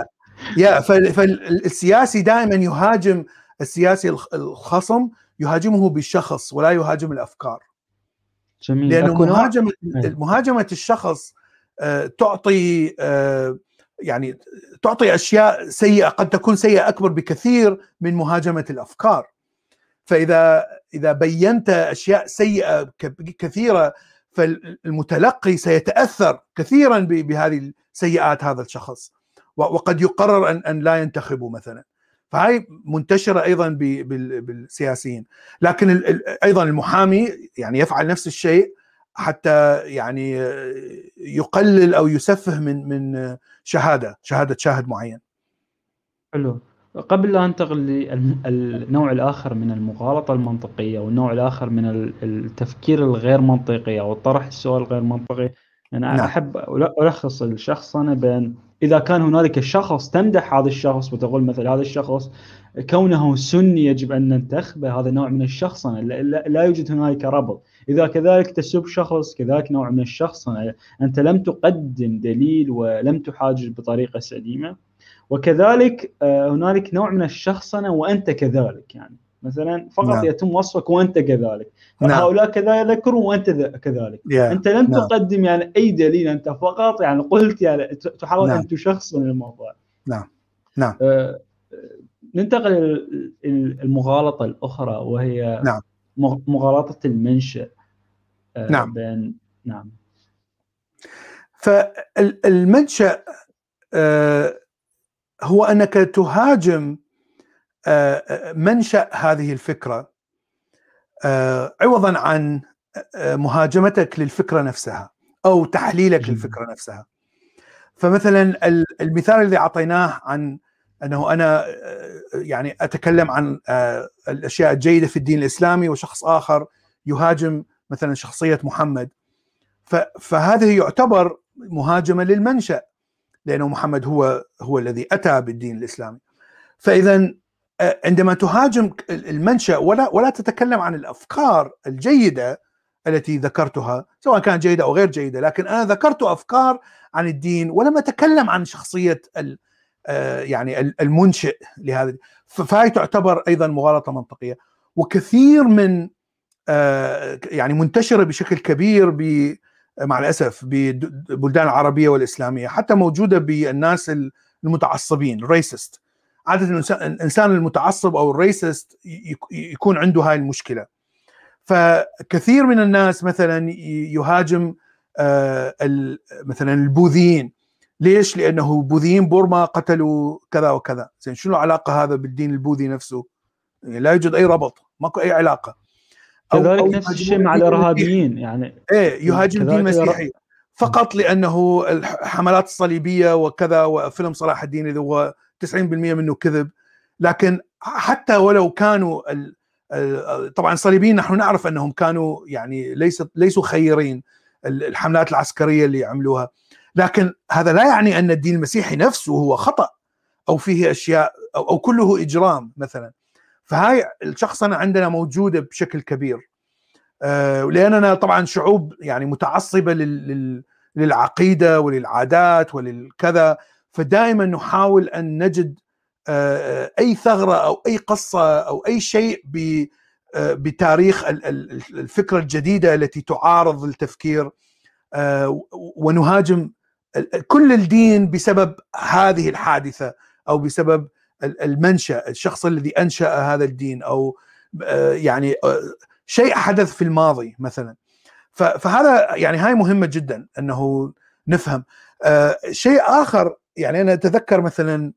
فالسياسي دائما يهاجم السياسي الخصم، يهاجمه بالشخص ولا يهاجم الأفكار. جميل. لأنه أكو مهاجمة الشخص تعطي يعني تعطي أشياء سيئة، قد تكون سيئة أكبر بكثير من مهاجمة الأفكار. فإذا بينت أشياء سيئة كثيرة، فالمتلقي سيتأثر كثيرا بهذه السيئات هذا الشخص، وقد يقرر أن لا ينتخبه مثلا. فهي منتشرة أيضا بالسياسيين. لكن أيضا المحامي يعني يفعل نفس الشيء حتى يعني يقلل أو يسفه من شهادة شاهد معين. حلو. قبل لا ننتقل للنوع الآخر من المغالطة المنطقية والنوع الآخر من التفكير الغير منطقي أو طرح السؤال الغير منطقي، أنا نعم. أحب ألخص الشخصنة بين إذا كان هنالك شخص تمدح هذا الشخص وتقول مثل هذا الشخص كونه سني يجب أن ننتخبه، هذا نوع من الشخصنة، لا يوجد هنالك ربط. إذا كذلك تسب شخص، كذلك نوع من الشخصنة، أنت لم تقدم دليل ولم تحاجج بطريقة سليمة. وكذلك هنالك نوع من الشخصنة وأنت كذلك، يعني مثلا فقط نعم. يتم وصفك وأنت كذلك، نعم. هؤلاء كذا يذكرون وأنت كذلك. أنت لم تقدم يعني أي دليل، أنت فقط يعني قلت يعني تحاول أن تشخصن الموضوع. نعم. نعم. ننتقل المغالطة الأخرى وهي نعم. مغالطة المنشأ. نعم. نعم. فالمنشأ هو أنك تهاجم منشأ هذه الفكرة عوضا عن مهاجمتك للفكرة نفسها أو تحليلك للفكرة نفسها. فمثلا المثال الذي أعطيناه عن أنه أنا يعني أتكلم عن الأشياء الجيدة في الدين الإسلامي، وشخص آخر يهاجم مثلا شخصية محمد، فهذه يعتبر مهاجمة للمنشأ، لأنه محمد هو الذي أتى بالدين الإسلامي. فإذا عندما تهاجم المنشأ ولا تتكلم عن الأفكار الجيدة التي ذكرتها، سواء كانت جيدة أو غير جيدة، لكن أنا ذكرت أفكار عن الدين ولم أتكلم عن شخصية يعني المنشئ لهذا، فهي تعتبر أيضا مغالطة منطقية. وكثير من يعني منتشرة بشكل كبير مع الأسف بالبلدان العربية والإسلامية، حتى موجودة بالناس المتعصبين الريسست. عادة الإنسان المتعصب أو الريسست يكون عنده هاي المشكلة. فكثير من الناس مثلا يهاجم مثلا البوذيين. ليش؟ لأنه بوذيين بورما قتلوا كذا وكذا. زين، شنو العلاقة هذا بالدين البوذي نفسه؟ يعني لا يوجد أي ربط، ماكو أي علاقة. كذلك نفس الشيء مع الإرهابيين، يعني يهاجم الدين المسيحي فقط لأنه الحملات الصليبية وكذا، وفيلم صلاح الدين اللي هو 90% منه كذب. لكن حتى ولو كانوا طبعا الصليبيين نحن نعرف أنهم كانوا يعني ليسوا خيرين، الحملات العسكرية اللي عملوها، لكن هذا لا يعني أن الدين المسيحي نفسه هو خطأ أو فيه أشياء أو كله إجرام مثلا. فهاي الشخصنة عندنا موجودة بشكل كبير، لأننا طبعا شعوب يعني متعصبة للعقيدة وللعادات وللكذا، فدائما نحاول أن نجد أي ثغرة أو أي قصة أو أي شيء بتاريخ الفكرة الجديدة التي تعارض التفكير، ونهاجم كل الدين بسبب هذه الحادثة أو بسبب المنشأ، الشخص الذي أنشأ هذا الدين، أو يعني شيء حدث في الماضي مثلا. فهذا يعني هاي مهمة جدا أنه نفهم. شيء آخر، يعني أنا أتذكر مثلا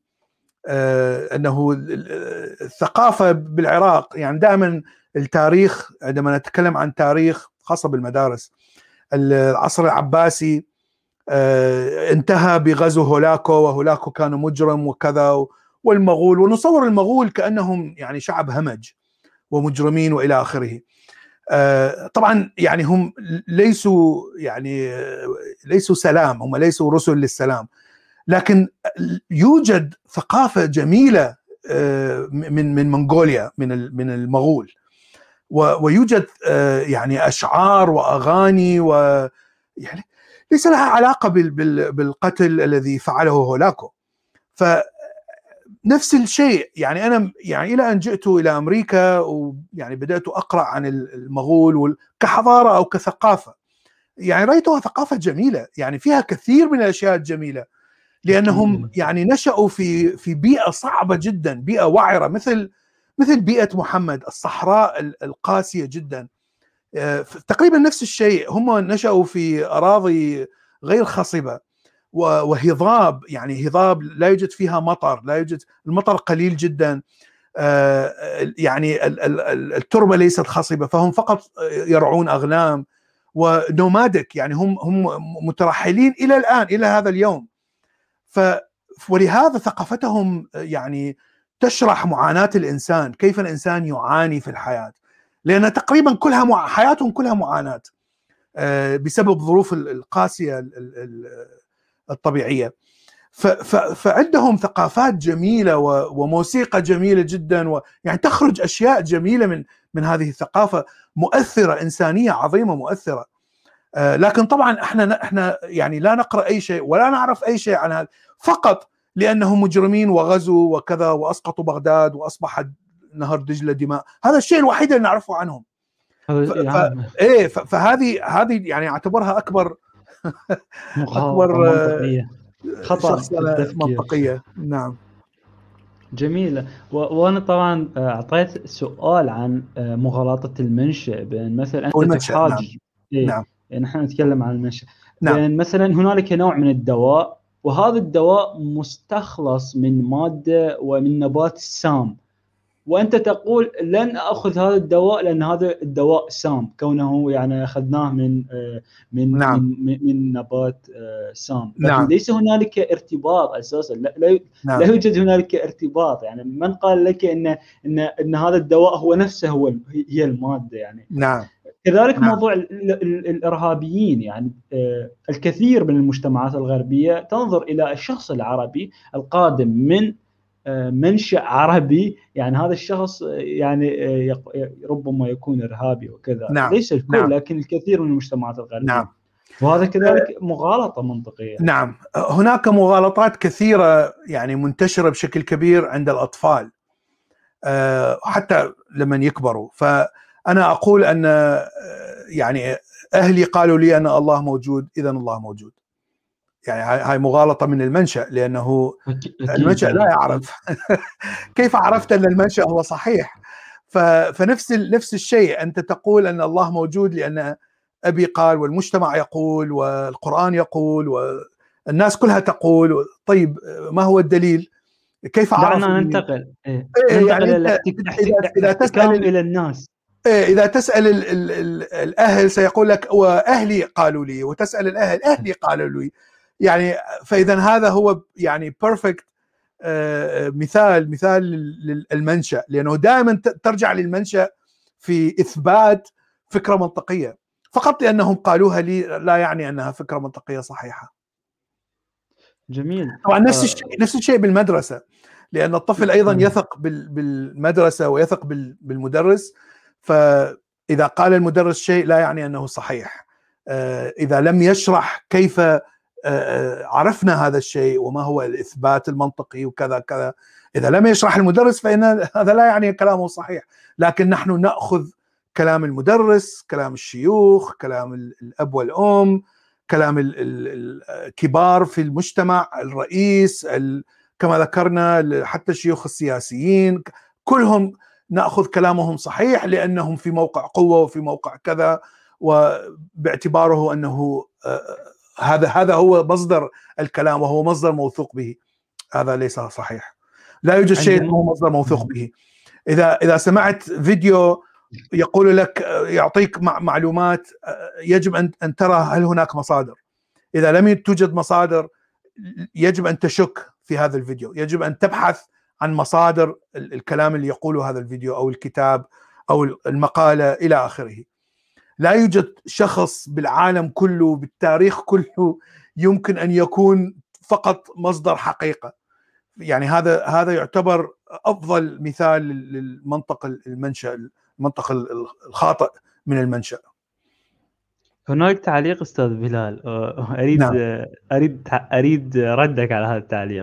أنه الثقافة بالعراق، يعني دائما التاريخ عندما نتكلم عن تاريخ خاصة بالمدارس، العصر العباسي انتهى بغزو هولاكو، وهولاكو كان مجرم وكذا، والمغول، ونصور المغول كأنهم يعني شعب همج ومجرمين وإلى آخره. طبعا يعني هم ليسوا سلام، هم ليسوا رسل للسلام، لكن يوجد ثقافة جميلة من منغوليا، من المغول، ويوجد يعني أشعار وأغاني، ويعني ليس لها علاقة بالقتل الذي فعله هولاكو. نفس الشيء. يعني أنا يعني إلى أن جئت إلى أمريكا ويعني بدأت أقرأ عن المغول كحضارة أو كثقافة، يعني رأيتها ثقافة جميلة، يعني فيها كثير من الأشياء الجميلة، لأنهم يعني نشأوا في بيئة صعبة جدا، بيئة وعرة مثل بيئة محمد، الصحراء القاسية جدا. تقريبا نفس الشيء، هم نشأوا في أراضي غير خصبة وهضاب، يعني هضاب لا يوجد فيها مطر، لا يوجد، المطر قليل جدا، يعني التربة ليست خصبة، فهم فقط يرعون أغنام ونومادك، يعني هم مترحلين إلى الآن إلى هذا اليوم. ولهذا ثقافتهم يعني تشرح معاناة الإنسان، كيف الإنسان يعاني في الحياة، لأن تقريبا حياتهم كلها معاناة بسبب الظروف القاسية الطبيعية. فعندهم ثقافات جميلة وموسيقى جميلة جدا، يعني تخرج أشياء جميلة من هذه الثقافة، مؤثرة، إنسانية عظيمة مؤثرة. لكن طبعا احنا يعني لا نقرأ أي شيء ولا نعرف أي شيء عن هذا، فقط لأنهم مجرمين وغزوا وكذا وأسقطوا بغداد وأصبح نهر دجلة دماء، هذا الشيء الوحيد اللي نعرفه عنهم. فهذه يعني اعتبرها أكبر منطقية، خطأ منطقية. نعم جميلة. وأنا طبعا أعطيت سؤال عن مغالطة المنشأ، بأن مثلا أنت تحاج نعم. نحن نتكلم عن المنشأ، نعم. بأن مثلا هنالك نوع من الدواء، وهذا الدواء مستخلص من مادة ومن نبات سام، وأنت تقول لن أخذ هذا الدواء لأن هذا الدواء سام، كونه يعني أخذناه نعم. من نبات سام، لكن نعم. ليس هنالك ارتباط أساسا، لا يوجد هنالك ارتباط. يعني من قال لك إن هذا الدواء هو نفسه هي المادة يعني. نعم. كذلك موضوع الإرهابيين، يعني الكثير من المجتمعات الغربية تنظر إلى الشخص العربي القادم من منشأ عربي، يعني هذا الشخص يعني ربما يكون إرهابي وكذا. نعم. ليس الكل، نعم. لكن الكثير من المجتمعات الغربية. نعم. وهذا كذلك مغالطة منطقية. نعم، هناك مغالطات كثيرة يعني منتشرة بشكل كبير عند الأطفال حتى لمن يكبروا. فأنا أقول أن يعني أهلي قالوا لي أن الله موجود، إذن الله موجود. يعني هاي مغالطة من المنشأ، لأنه المنشأ لا يعرف. كيف عرفت أن المنشأ هو صحيح؟ فنفس الشيء، أنت تقول أن الله موجود لأن أبي قال، والمجتمع يقول، والقرآن يقول، والناس كلها تقول. طيب ما هو الدليل؟ كيف عرف؟ دعنا ننتقل يعني إذا تسأل إلى الناس، إذا تسأل الأهل سيقول لك وأهلي قالوا لي، وتسأل الأهل أهلي قالوا لي. يعني فإذا هذا هو يعني perfect مثال للمنشأ، لأنه دائما ترجع للمنشأ في إثبات فكرة منطقية، فقط لأنهم قالوها لي لا يعني أنها فكرة منطقية صحيحة. جميل. طبعا نفس الشيء بالمدرسة، لأن الطفل أيضا يثق بالمدرسة ويثق بالمدرس، فإذا قال المدرس شيء لا يعني أنه صحيح. إذا لم يشرح كيف عرفنا هذا الشيء وما هو الإثبات المنطقي وكذا كذا، إذا لم يشرح المدرس فإن هذا لا يعني كلامه صحيح. لكن نحن نأخذ كلام المدرس، كلام الشيوخ، كلام الأب والأم، كلام الكبار في المجتمع، الرئيس، كما ذكرنا حتى الشيوخ السياسيين، كلهم نأخذ كلامهم صحيح لأنهم في موقع قوة وفي موقع كذا، وباعتباره أنه هذا هو مصدر الكلام وهو مصدر موثوق به. هذا ليس صحيح، لا يوجد شيء هو مصدر موثوق به. إذا سمعت فيديو يقول لك، يعطيك معلومات، يجب أن ترى هل هناك مصادر. إذا لم توجد مصادر يجب أن تشك في هذا الفيديو، يجب أن تبحث عن مصادر الكلام اللي يقوله هذا الفيديو أو الكتاب أو المقالة إلى آخره. لا يوجد شخص بالعالم كله بالتاريخ كله يمكن أن يكون فقط مصدر حقيقة. يعني هذا يعتبر أفضل مثال للمنطق المنشأ، المنطق الخاطئ من المنشأ. هناك تعليق أستاذ بلال، أريد ردك على هذا التعليق.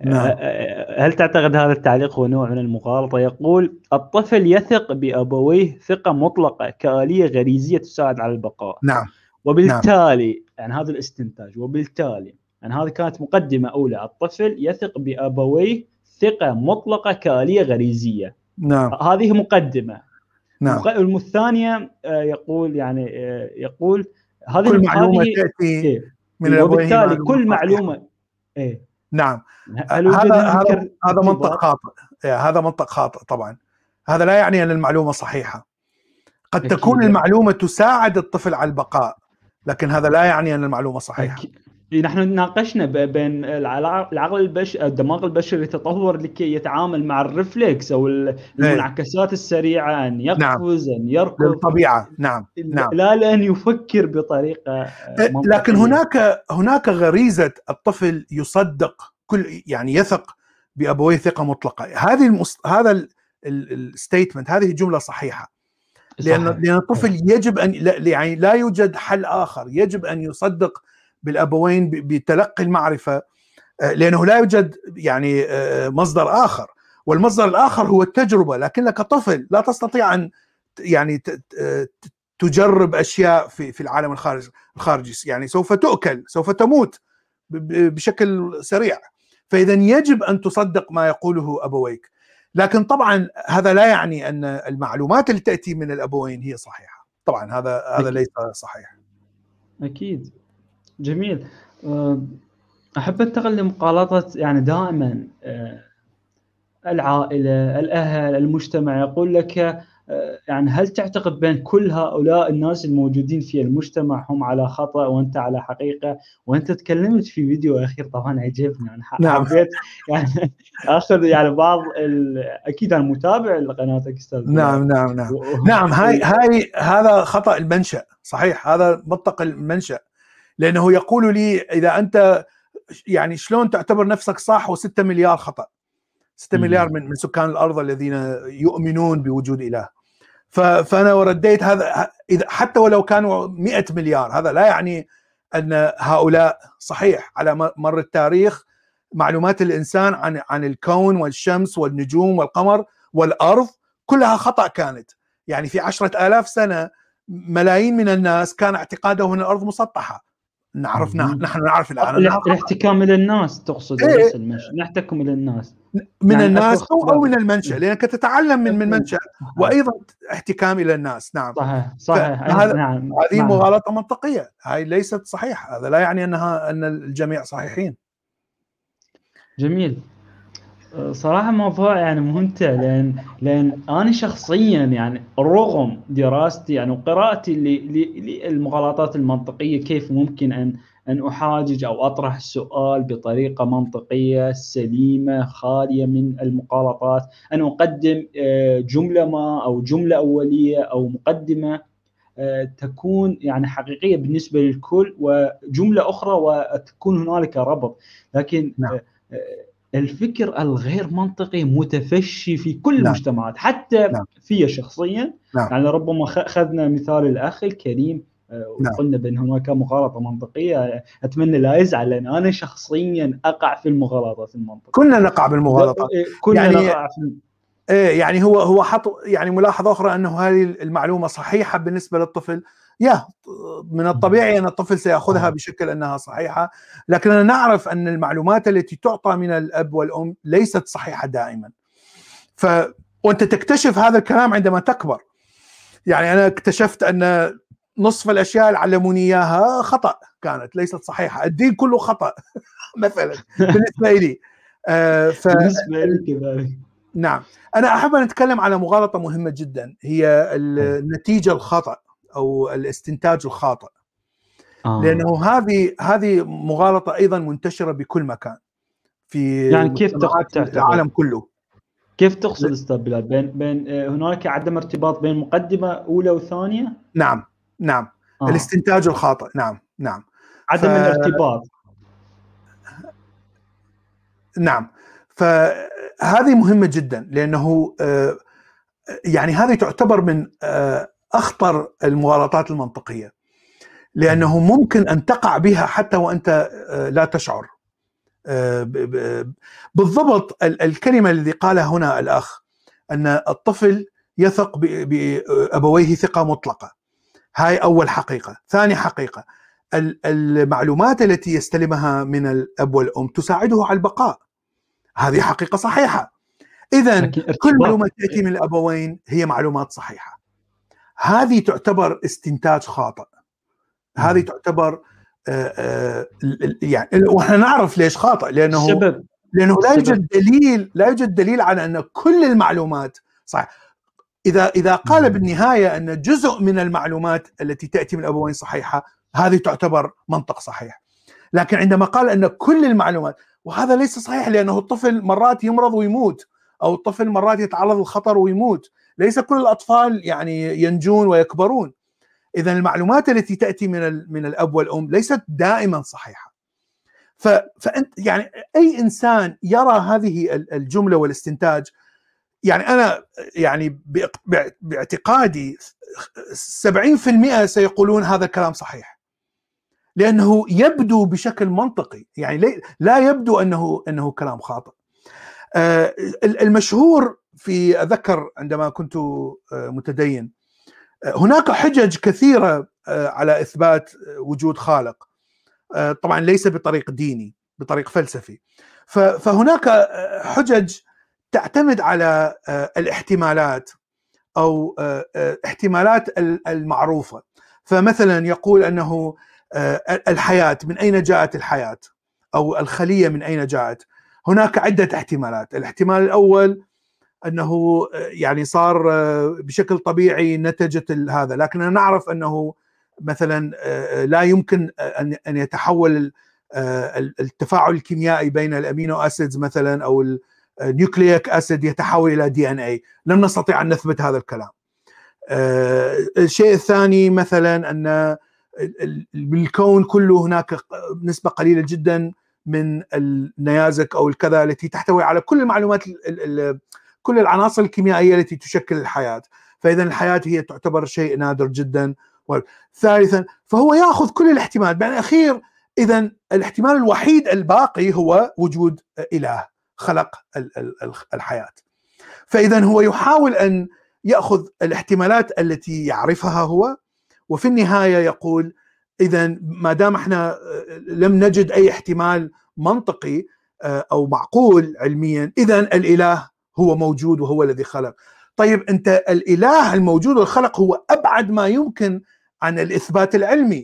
نعم. هل تعتقد هذا التعليق هو نوع من المغالطة؟ يقول الطفل يثق بأبويه ثقة مطلقة كآلية غريزية تساعد على البقاء. نعم. وبالتالي يعني هذا الاستنتاج، وبالتالي يعني هذه كانت مقدمة أولى، الطفل يثق بأبويه ثقة مطلقة كآلية غريزية. نعم. هذه مقدمة. نعم. الثانية يقول يعني يقول هذه كل معلومة هذه تأتي من الأبوين وبالتالي كل معلومة نعم. هل وجد هذا منطق خاطئ. هذا منطق خاطئ طبعا. هذا لا يعني أن المعلومة صحيحة. قد تكون المعلومة تساعد الطفل على البقاء، لكن هذا لا يعني أن المعلومة صحيحة. نحن ناقشنا بين العقل الدماغ البشري يتطور لكي يتعامل مع الرفلكس أو المنعكسات السريعة، أن يقفز أن يركض للطبيعة. نعم. لا لأن يفكر بطريقة منطقية. لكن هناك غريزة الطفل يصدق يعني يثق بأبويه ثقة مطلقة. هذا الستيتمنت، هذه جملة صحيحة. لأن الطفل يجب أن يعني لا يوجد حل آخر، يجب أن يصدق بالأبوين بتلقي المعرفة، لأنه لا يوجد يعني مصدر آخر، والمصدر الآخر هو التجربة. لكنك طفل لا تستطيع أن يعني تجرب أشياء في العالم الخارجي، يعني سوف تؤكل، سوف تموت بشكل سريع. فإذا يجب أن تصدق ما يقوله أبويك. لكن طبعا هذا لا يعني أن المعلومات اللي تأتي من الأبوين هي صحيحة. طبعا هذا ليس صحيح. أكيد. جميل. أحب أنتقل لمقالطة يعني دائما العائلة، الأهل، المجتمع يقول لك يعني هل تعتقد بأن كل هؤلاء الناس الموجودين في المجتمع هم على خطأ وأنت على حقيقة؟ وأنت تكلمت في فيديو أخير طبعا عجبني، يعني حبيت يعني أخذ يعني بعض أكيد أنا متابع لقناتك أستاذ. نعم. هذا خطأ المنشأ. صحيح، هذا منطق المنشأ. لأنه يقول لي إذا أنت يعني شلون تعتبر نفسك صح و6 مليار خطأ، 6 مليار من سكان الأرض الذين يؤمنون بوجود إله. فأنا رديت هذا حتى ولو كانوا 100 مليار، هذا لا يعني أن هؤلاء صحيح. على مر التاريخ معلومات الإنسان عن الكون والشمس والنجوم والقمر والأرض كلها خطأ كانت. يعني في 10,000 سنة ملايين من الناس كان اعتقادهم أن الأرض مسطحة. نحن نعرف الآن الاحتكام إلى الناس تقصد؟ إيه؟ نحتكم إلى الناس من يعني الناس أو من المنشأ، لأنك تتعلم من منشأ وأيضا احتكام إلى الناس. نعم صحيح. نعم. هذه مغالطة منطقية، هاي ليست صحيحة. هذا لا يعني أن الجميع صحيحين. جميل. صراحة موضوع يعني ممتع، لأن أنا شخصيا يعني رغم دراستي يعني وقراءتي للمغالطات المنطقية، كيف ممكن أن أحاجج أو أطرح السؤال بطريقة منطقية سليمة خالية من المغالطات، أن أقدم جملة ما أو جملة أولية أو مقدمة تكون يعني حقيقية بالنسبة للكل، وجملة أخرى وتكون هنالك ربط. لكن الفكر الغير منطقي متفشي في كل المجتمعات، حتى في شخصيا. يعني ربما أخذنا مثال الأخ الكريم وقلنا بأن هناك مغالطة منطقية، أتمنى لا يزعل، لأن أنا شخصيا أقع في المغالطات المنطقية. كلنا نقع بالمغالطات. يعني هو حط يعني ملاحظة أخرى أنه هذه المعلومة صحيحة بالنسبة للطفل. من الطبيعي أن الطفل سيأخذها بشكل أنها صحيحة، لكننا نعرف أن المعلومات التي تعطى من الأب والأم ليست صحيحة دائما. وأنت تكتشف هذا الكلام عندما تكبر. يعني أنا اكتشفت أن نصف الأشياء اللي علموني إياها خطأ، كانت ليست صحيحة. الدين كله خطأ مثلا بالنسبة لي. بالنسبة لي كذلك. نعم. أنا أحب أن أتكلم على مغالطة مهمة جدا، هي النتيجة الخطأ أو الاستنتاج الخاطئ. لأنه هذه مغالطة أيضا منتشرة بكل مكان في يعني كيف العالم كله. كيف تقصد أستاذ بلال؟ بين هناك عدم ارتباط بين مقدمة أولى وثانية؟ نعم. الاستنتاج الخاطئ. نعم. عدم الارتباط. نعم. فهذه مهمة جدا، لأنه يعني هذه تعتبر من أخطر المغالطات المنطقية، لأنه ممكن أن تقع بها حتى وأنت لا تشعر. بالضبط الكلمة الذي قالها هنا الأخ أن الطفل يثق بأبويه ثقة مطلقة، هاي أول حقيقة. ثاني حقيقة، المعلومات التي يستلمها من الأب والأم تساعده على البقاء، هذه حقيقة صحيحة. إذن كل معلومات تأتي من الأبوين هي معلومات صحيحة. هذه تعتبر استنتاج خاطئ، هذه تعتبر يعني واحنا نعرف ليش خاطئ، لأنه لا يوجد دليل على أن كل المعلومات صح. إذا قال بالنهاية أن جزء من المعلومات التي تأتي من الأبوين صحيحة، هذه تعتبر منطق صحيح. لكن عندما قال أن كل المعلومات، وهذا ليس صحيح، لأنه الطفل مرات يمرض ويموت، أو الطفل مرات يتعرض للخطر ويموت، ليس كل الأطفال يعني ينجون ويكبرون. إذن المعلومات التي تأتي من الأب والأم ليست دائما صحيحة. فأنت يعني أي إنسان يرى هذه الجملة والاستنتاج، يعني أنا يعني باعتقادي 70% سيقولون هذا الكلام صحيح، لأنه يبدو بشكل منطقي، يعني لا يبدو أنه كلام خاطئ. المشهور في أذكر عندما كنت متدين، هناك حجج كثيرة على إثبات وجود خالق، طبعا ليس بطريق ديني، بطريق فلسفي. فهناك حجج تعتمد على الاحتمالات أو احتمالات المعروفة. فمثلا يقول أنه الحياة، من أين جاءت الحياة، أو الخلية من أين جاءت. هناك عدة احتمالات. الاحتمال الأول أنه يعني صار بشكل طبيعي نتجت هذا، لكننا نعرف أنه مثلا لا يمكن أن يتحول التفاعل الكيميائي بين الأمينو أسيدز مثلا أو النيوكليك أسيد يتحول إلى DNA. لم نستطيع أن نثبت هذا الكلام. الشيء الثاني مثلا أن بالكون كله هناك نسبة قليلة جدا من النيازك أو الكذا التي تحتوي على كل المعلومات، كل العناصر الكيميائية التي تشكل الحياة، فإذا الحياة هي تعتبر شيء نادر جدا. ثالثا، فهو يأخذ كل الاحتمالات. بعد الأخير إذا الاحتمال الوحيد الباقي هو وجود إله خلق الحياة. فإذا هو يحاول أن يأخذ الاحتمالات التي يعرفها هو، وفي النهاية يقول إذا ما دام احنا لم نجد أي احتمال منطقي أو معقول علميا، إذا الإله هو موجود وهو الذي خلق. طيب أنت الإله الموجود والخلق هو أبعد ما يمكن عن الإثبات العلمي.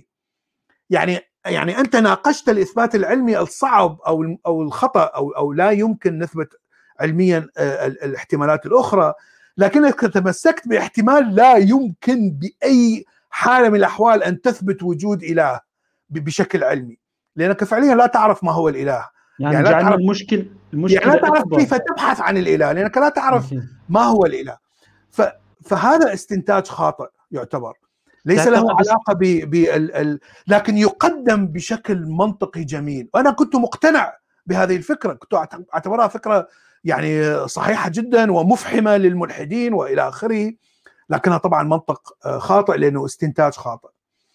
يعني أنت ناقشت الإثبات العلمي الصعب أو الخطأ أو لا يمكن نثبت علميا الاحتمالات الأخرى، لكنك تمسكت باحتمال لا يمكن بأي حالة من الأحوال أن تثبت وجود إله بشكل علمي، لأنك فعليا لا تعرف ما هو الإله. يعني لا تعرف المشكلة يعني لا تعرف كيف تبحث عن الإله، لأنك لا تعرف ما هو الإله. فهذا استنتاج خاطئ يعتبر، ليس له علاقة لكن يقدم بشكل منطقي جميل. وأنا كنت مقتنع بهذه الفكرة، كنت أعتبرها فكرة يعني صحيحة جدا ومفحمة للملحدين وإلى آخره، لكنها طبعا منطق خاطئ لأنه استنتاج خاطئ.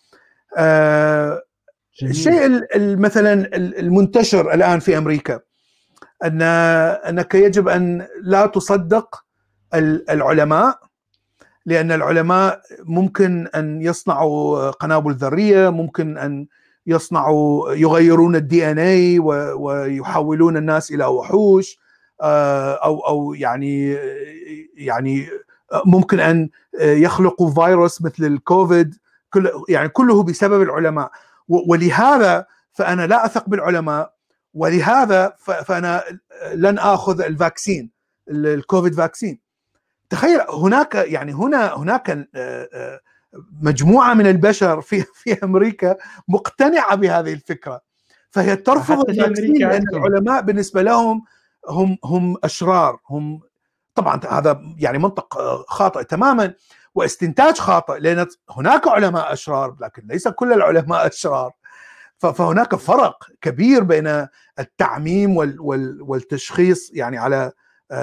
الشيء مثلا المنتشر الآن في أمريكا أنك يجب أن لا تصدق العلماء، لأن العلماء ممكن أن يصنعوا قنابل ذرية، ممكن أن يغيرون الDNA ويحولون الناس إلى وحوش، أو يعني ممكن أن يخلقوا فيروس مثل الكوفيد، يعني كله بسبب العلماء. ولهذا فأنا لا أثق بالعلماء، ولهذا فأنا لن أخذ الفاكسين، الكوفيد فاكسين. تخيل هناك مجموعة من البشر في أمريكا مقتنعة بهذه الفكرة، فهي ترفض الفاكسين لأن العلماء بالنسبة لهم هم أشرار. هم طبعا هذا يعني منطق خاطئ تماما واستنتاج خاطئ، لأن هناك علماء أشرار لكن ليس كل العلماء أشرار. فهناك فرق كبير بين التعميم والتشخيص، يعني على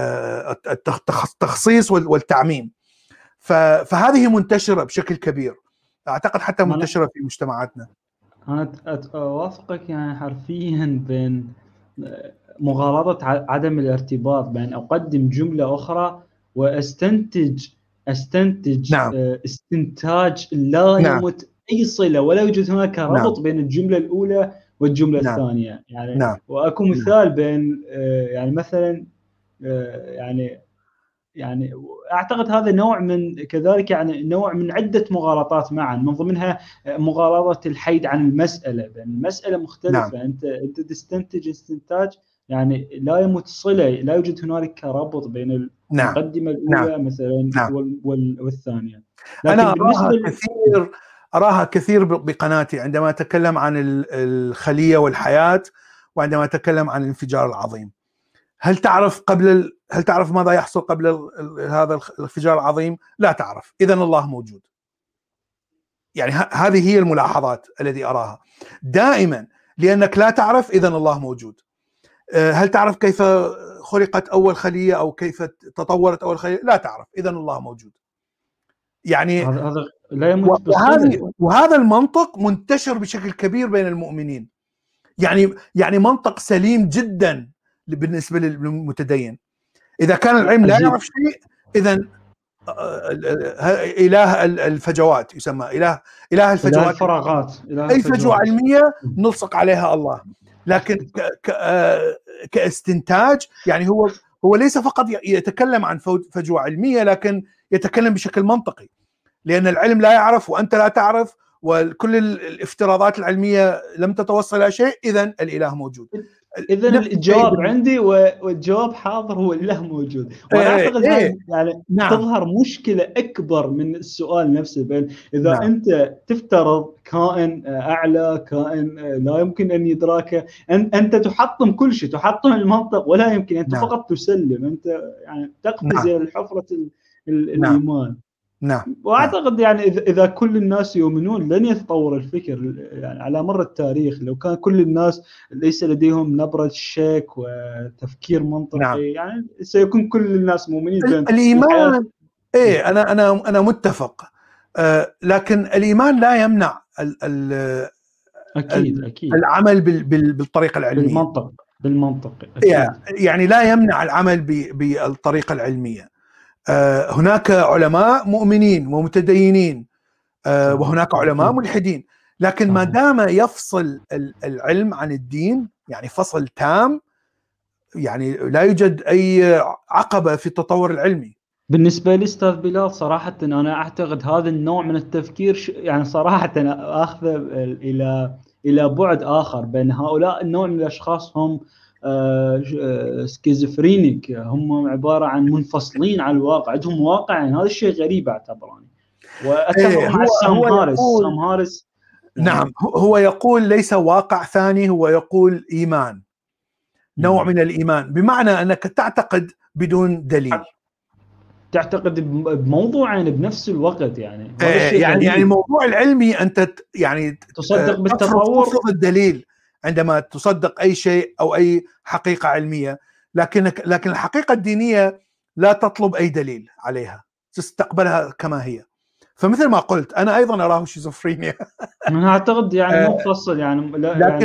التخصيص والتعميم. فهذه منتشرة بشكل كبير، أعتقد حتى منتشرة في مجتمعاتنا. أنا أوافقك يعني حرفيا بين مغالطة عدم الارتباط بين أقدم جملة أخرى وأستنتج نعم استنتاج لا نعم يمت أي صلة ولا يوجد هناك نعم ربط بين الجملة الأولى والجملة نعم الثانية. يعني نعم وأكو نعم مثال بين يعني مثلا يعني اعتقد هذا نوع من كذلك، يعني نوع من عده مغالطات معا، من ضمنها مغالطه الحيد عن المساله، بان المساله نعم مختلفه. انت تستنتج استنتاج يعني لا يمت صله، لا يوجد هنالك رابط بين نعم المقدمه نعم الاولى مثلا نعم. والثانيه. أنا لكن بالنسبه أراها كثير بقناتي عندما أتكلم عن الخلية والحياة، وعندما أتكلم عن الانفجار العظيم. هل تعرف ماذا يحصل قبل هذا الانفجار العظيم؟ لا تعرف، إذن الله موجود. يعني هذه هي الملاحظات التي أراها دائما، لأنك لا تعرف إذن الله موجود. هل تعرف كيف خلقت أول خلية أو كيف تطورت أول خلية؟ لا تعرف، إذن الله موجود. يعني هذا لا يمت بالصله. وهذا المنطق منتشر بشكل كبير بين المؤمنين، يعني منطق سليم جدا بالنسبة للمتدين. إذا كان العلم لا يعرف شيء، إذن إله الفجوات يسمى إله الفجوات، الفراغات، أي فجوة علمية نلصق عليها الله. لكن كاستنتاج، يعني هو ليس فقط يتكلم عن فجوة علمية، لكن يتكلم بشكل منطقي، لأن العلم لا يعرف وأنت لا تعرف، وكل الافتراضات العلمية لم تتوصل إلى شيء، إذن الإله موجود. إذن الجواب عندي والجواب حاضر، هو الإله موجود. وأنا أعتقد هاي يعني نعم. تظهر مشكلة أكبر من السؤال نفسه، بين إذا نعم. أنت تفترض كائن أعلى، كائن لا يمكن أن يدركه، أنت تحطم كل شيء، تحطم المنطق، ولا يمكن، أنت نعم. فقط تسلم، أنت يعني تقفز إلى الحفرة الإيمان. نعم. واعتقد يعني اذا كل الناس يؤمنون لن يتطور الفكر يعني على مر التاريخ. لو كان كل الناس ليس لديهم نبرة شك وتفكير منطقي، نعم. يعني سيكون كل الناس مؤمنين بان الإيمان. انا متفق، لكن الإيمان لا يمنع اكيد العمل بالطريقة العلمية، بالمنطق أكيد. يعني لا يمنع العمل بالطريقة العلمية. هناك علماء مؤمنين ومتدينين، وهناك علماء ملحدين، لكن ما دام يفصل العلم عن الدين، يعني فصل تام، يعني لا يوجد أي عقبة في التطور العلمي. بالنسبة لي أستاذ بلال، صراحة أنا أعتقد هذا النوع من التفكير يعني صراحة أخذه إلى بعد آخر، بين هؤلاء النوع من الأشخاص هم سكيزوفرينيك، هم عبارة عن منفصلين عن الواقع، عندهم واقعين. هذا الشيء غريب أعتبراني، وأتفق مع سام هاريس. نعم، هو يقول ليس واقع ثاني، هو يقول إيمان، نوع من الإيمان، بمعنى أنك تعتقد بدون دليل، تعتقد بموضوعين بنفس الوقت. يعني يعني الموضوع العلمي أنت يعني تصدق بالتطور، تفرض الدليل عندما تصدق أي شيء أو أي حقيقة علمية، لكن الحقيقة الدينية لا تطلب أي دليل عليها، تستقبلها كما هي. فمثل ما قلت أنا أيضا أراه شيزوفرينيا. أنا أعتقد يعني مفصل، يعني لكن يعني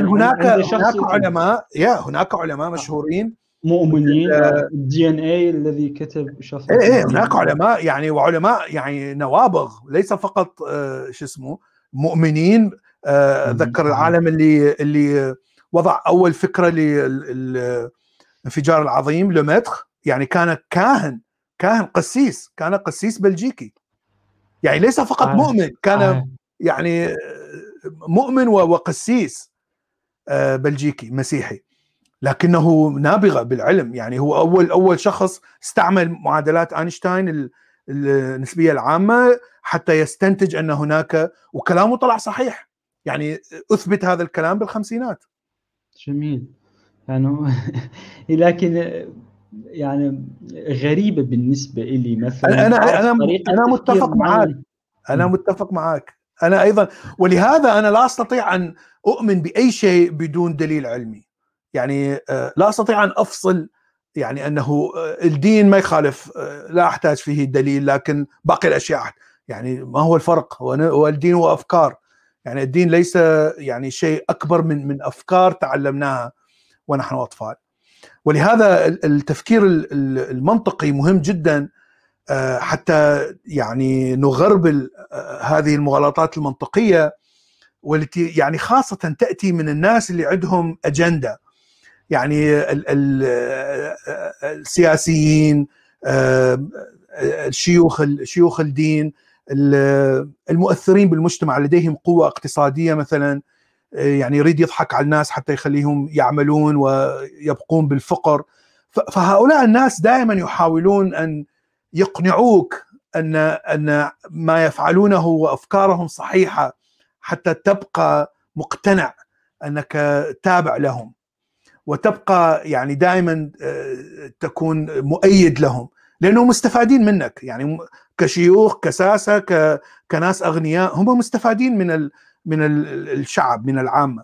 هناك علماء مشهورين مؤمنين. الدي ان اي الذي كتب شفرة هناك علماء يعني، وعلماء يعني نوابغ، ليس فقط مؤمنين. ذكر العالم اللي وضع اول فكرة للانفجار العظيم، لوميتر، يعني كان كاهن قسيس، كان قسيس بلجيكي، يعني ليس فقط مؤمن، كان يعني مؤمن وقسيس بلجيكي مسيحي، لكنه نابغة بالعلم. يعني هو أول شخص استعمل معادلات أينشتاين النسبية العامة حتى يستنتج أن هناك، وكلامه طلع صحيح، يعني أثبت هذا الكلام بالخمسينات. جميل. يعني لكن يعني غريبة بالنسبة لي مثلا أنا متفق معك، أنا متفق معك، أنا أيضا، ولهذا أنا لا أستطيع أن أؤمن بأي شيء بدون دليل علمي. يعني لا أستطيع أن أفصل، يعني أنه الدين ما يخالف، لا أحتاج فيه دليل، لكن باقي الأشياء يعني ما هو الفرق؟ هو الدين هو أفكار، يعني الدين ليس يعني شيء أكبر من أفكار تعلمناها، ونحن أطفال. ولهذا التفكير المنطقي مهم جدا حتى يعني نغربل هذه المغالطات المنطقية، والتي يعني خاصة تأتي من الناس اللي عندهم أجندة، يعني السياسيين، شيوخ الدين، المؤثرين بالمجتمع، لديهم قوة اقتصادية مثلا، يعني يريد يضحك على الناس حتى يخليهم يعملون ويبقون بالفقر. فهؤلاء الناس دائما يحاولون أن يقنعوك أن ما يفعلونه وأفكارهم صحيحة حتى تبقى مقتنع أنك تابع لهم، وتبقى يعني دائما تكون مؤيد لهم، لأنهم مستفادين منك، يعني كشيوخ، كساسة، كناس أغنياء، هم مستفادين من الشعب، من العامة.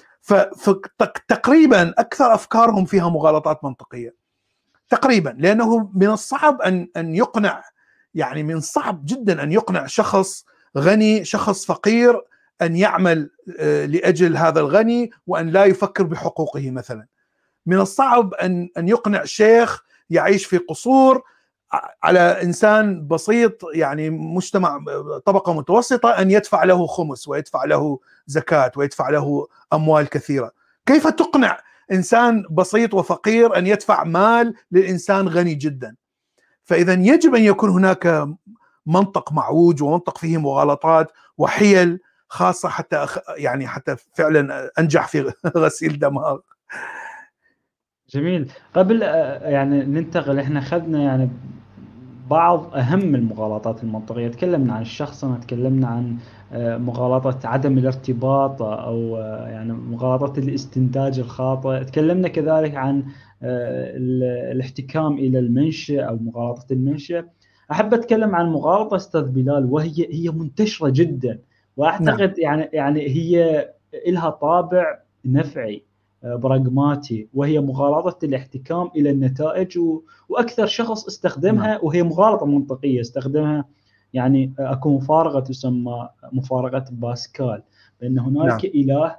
فتقريبا أكثر أفكارهم فيها مغالطات منطقية تقريبا، لأنه من الصعب أن يقنع، يعني من صعب جدا أن يقنع شخص غني شخص فقير أن يعمل لأجل هذا الغني وأن لا يفكر بحقوقه مثلا. من الصعب أن يقنع شيخ يعيش في قصور على إنسان بسيط، يعني مجتمع طبقة متوسطة، أن يدفع له خمس ويدفع له زكاة ويدفع له أموال كثيرة. كيف تقنع إنسان بسيط وفقير أن يدفع مال لإنسان غني جدا؟ فإذا يجب أن يكون هناك منطق معوج ومنطق فيه مغالطات وحيل خاصة حتى فعلا أنجح في غسيل دماغ. جميل. قبل يعني ننتقل، احنا اخذنا يعني بعض اهم المغالطات المنطقيه، تكلمنا عن الشخصنه، تكلمنا عن مغالطه عدم الارتباط، او يعني مغالطه الاستنتاج الخاطئ، تكلمنا كذلك عن الاحتكام الى المنشأ او مغالطه المنشأ. احب اتكلم عن مغالطه استاذ بلال، وهي منتشره جدا، واعتقد يعني هي لها طابع نفعي براغماتي، وهي مغالطة الاحتكام إلى النتائج. وأكثر شخص استخدمها وهي مغالطة منطقية استخدمها، يعني أكو مفارقة تسمى مفارقة باسكال، بأن هنالك إله،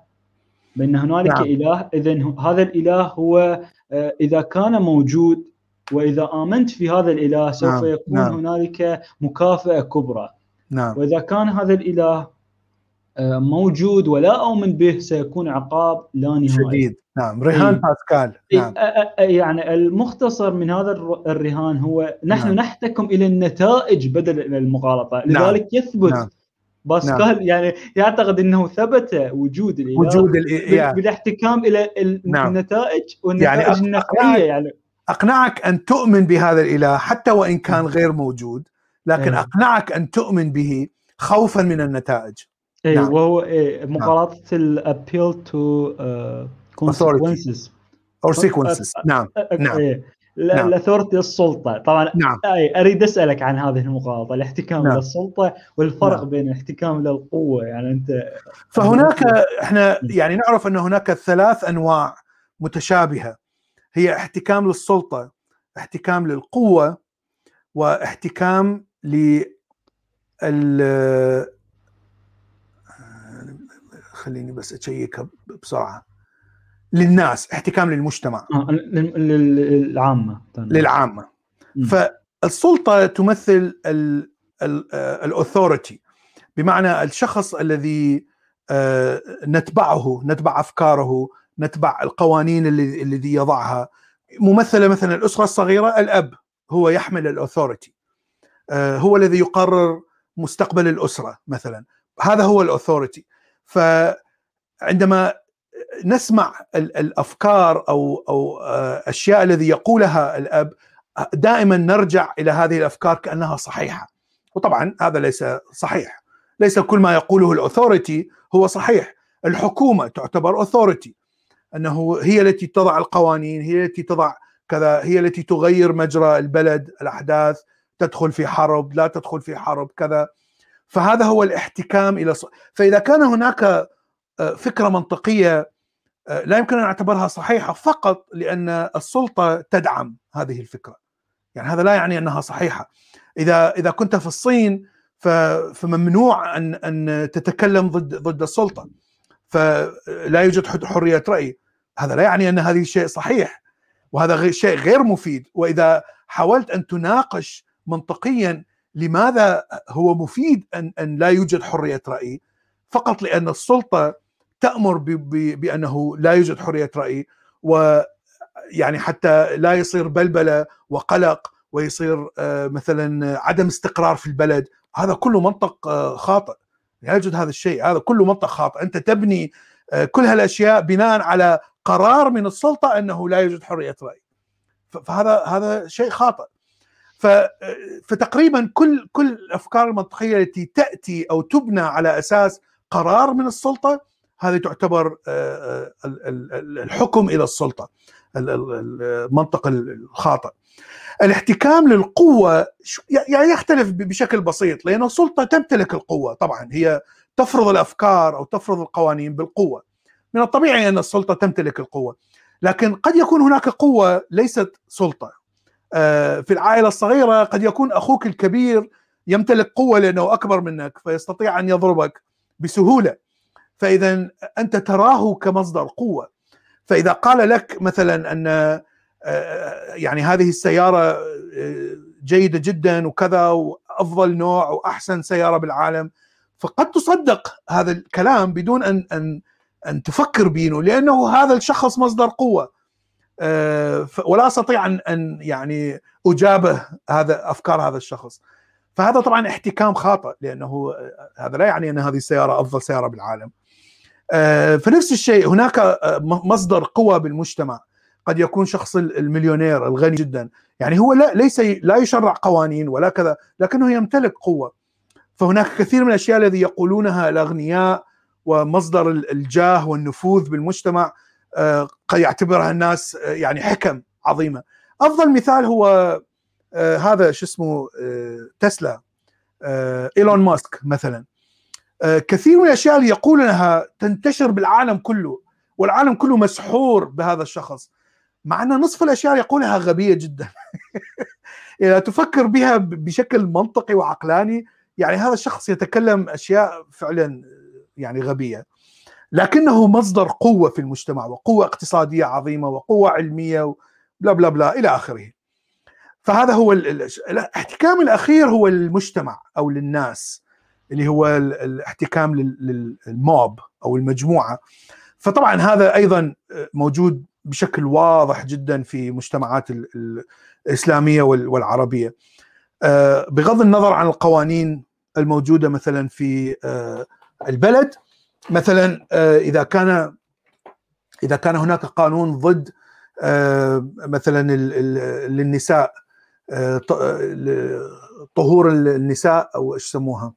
إذن هذا الإله هو إذا كان موجود وإذا آمنت في هذا الإله سوف يكون هنالك مكافأة كبرى، وإذا كان هذا الإله موجود ولا أؤمن به سيكون عقاب لا نهائي شديد. رهان باسكال. يعني المختصر من هذا الرهان هو نحن نحتكم إلى النتائج بدل إلى المغالطة. لذلك يثبت باسكال يعني يعتقد أنه ثبت وجود الإله بالاحتكام إلى النتائج، والنتائج يعني النفعية. يعني أقنعك أن تؤمن بهذا الإله حتى وإن كان غير موجود، لكن أقنعك أن تؤمن به خوفا من النتائج. وهو مغالطة الابيل تو consequences or sequences. الأثورتي، السلطة. طبعا أريد أسألك عن هذه المغالطة، الاحتكام إلى السلطة والفرق بين الاحتكام إلى القوة. يعني أنت فهناك احنا يعني نعرف أن هناك 3 أنواع متشابهة، هي احتكام للسلطة، احتكام للقوة، واحتكام خليني بس أشيك بسرعة، للناس، احتكام للمجتمع، للعامة. فالسلطة تمثل الأثوريتي، بمعنى الشخص الذي نتبع أفكاره، نتبع القوانين الذي يضعها. ممثلة مثلا الأسرة الصغيرة، الأب هو يحمل الأثوريتي، هو الذي يقرر مستقبل الأسرة مثلا، هذا هو الأثوريتي. فعندما نسمع الأفكار أو أشياء الذي يقولها الأب، دائما نرجع إلى هذه الأفكار كأنها صحيحة، وطبعا هذا ليس صحيح. ليس كل ما يقوله الأثوريتي هو صحيح. الحكومة تعتبر أثوريتي، أنه هي التي تضع القوانين، هي التي تضع كذا، هي التي تغير مجرى البلد، الأحداث، تدخل في حرب، لا تدخل في حرب، كذا. فهذا هو الاحتكام إلى فإذا كان هناك فكرة منطقية لا يمكن أن نعتبرها صحيحة فقط لأن السلطة تدعم هذه الفكرة، يعني هذا لا يعني أنها صحيحة. إذا كنت في الصين فممنوع أن تتكلم ضد السلطة، فلا يوجد حرية رأي. هذا لا يعني أن هذا الشيء صحيح، وهذا شيء غير مفيد. وإذا حاولت أن تناقش منطقيا لماذا هو مفيد أن لا يوجد حرية رأي، فقط لأن السلطة تأمر بأنه لا يوجد حرية رأي، ويعني حتى لا يصير بلبلة وقلق ويصير مثلا عدم استقرار في البلد، هذا كله منطق خاطئ. لا يوجد هذا الشيء، هذا كله منطق خاطئ. أنت تبني كل هالأشياء بناء على قرار من السلطة أنه لا يوجد حرية رأي، فهذا شيء خاطئ. فتقريبا كل الأفكار المنطقية التي تأتي أو تبنى على أساس قرار من السلطة، هذه تعتبر الحكم إلى السلطة، المنطق الخاطئ. الاحتكام للقوة يعني يختلف بشكل بسيط، لأن السلطة تمتلك القوة، طبعا هي تفرض الأفكار أو تفرض القوانين بالقوة، من الطبيعي أن السلطة تمتلك القوة، لكن قد يكون هناك قوة ليست سلطة. في العائلة الصغيرة قد يكون أخوك الكبير يمتلك قوة لأنه أكبر منك فيستطيع أن يضربك بسهولة، فإذا أنت تراه كمصدر قوة. فإذا قال لك مثلا أن يعني هذه السيارة جيدة جدا وكذا وأفضل نوع وأحسن سيارة بالعالم، فقد تصدق هذا الكلام بدون أن تفكر بينه، لأنه هذا الشخص مصدر قوة، ولا أستطيع أن يعني أجابه هذا أفكار هذا الشخص. فهذا طبعا احتكام خاطئ، لأنه هذا لا يعني أن هذه السيارة أفضل سيارة بالعالم. فنفس الشيء هناك مصدر قوة بالمجتمع، قد يكون شخص المليونير الغني جدا، يعني هو لا يشرع قوانين ولا كذا، لكنه يمتلك قوة. فهناك كثير من الأشياء الذي يقولونها الأغنياء ومصدر الجاه والنفوذ بالمجتمع قد يعتبرها الناس يعني حكم عظيمة. أفضل مثال هو هذا شو اسمه تسلا، إيلون ماسك مثلا. كثير من الأشياء اللي يقولونها تنتشر بالعالم كله، والعالم كله مسحور بهذا الشخص، مع أن نصف الأشياء اللي يقولها غبية جدا. إذا تفكر بها بشكل منطقي وعقلاني، يعني هذا الشخص يتكلم أشياء فعلا يعني غبية، لكنه مصدر قوة في المجتمع، وقوة اقتصادية عظيمة، وقوة علمية، بلا بلا بلا إلى آخره. فهذا هو الاحتكام الأخير، هو المجتمع أو للناس، اللي هو الاحتكام للموب أو المجموعة. فطبعا هذا أيضا موجود بشكل واضح جدا في مجتمعات الإسلامية والعربية، بغض النظر عن القوانين الموجودة مثلا في البلد. مثلا إذا كان هناك قانون ضد مثلا للنساء، طهور النساء أو إيش يسموها،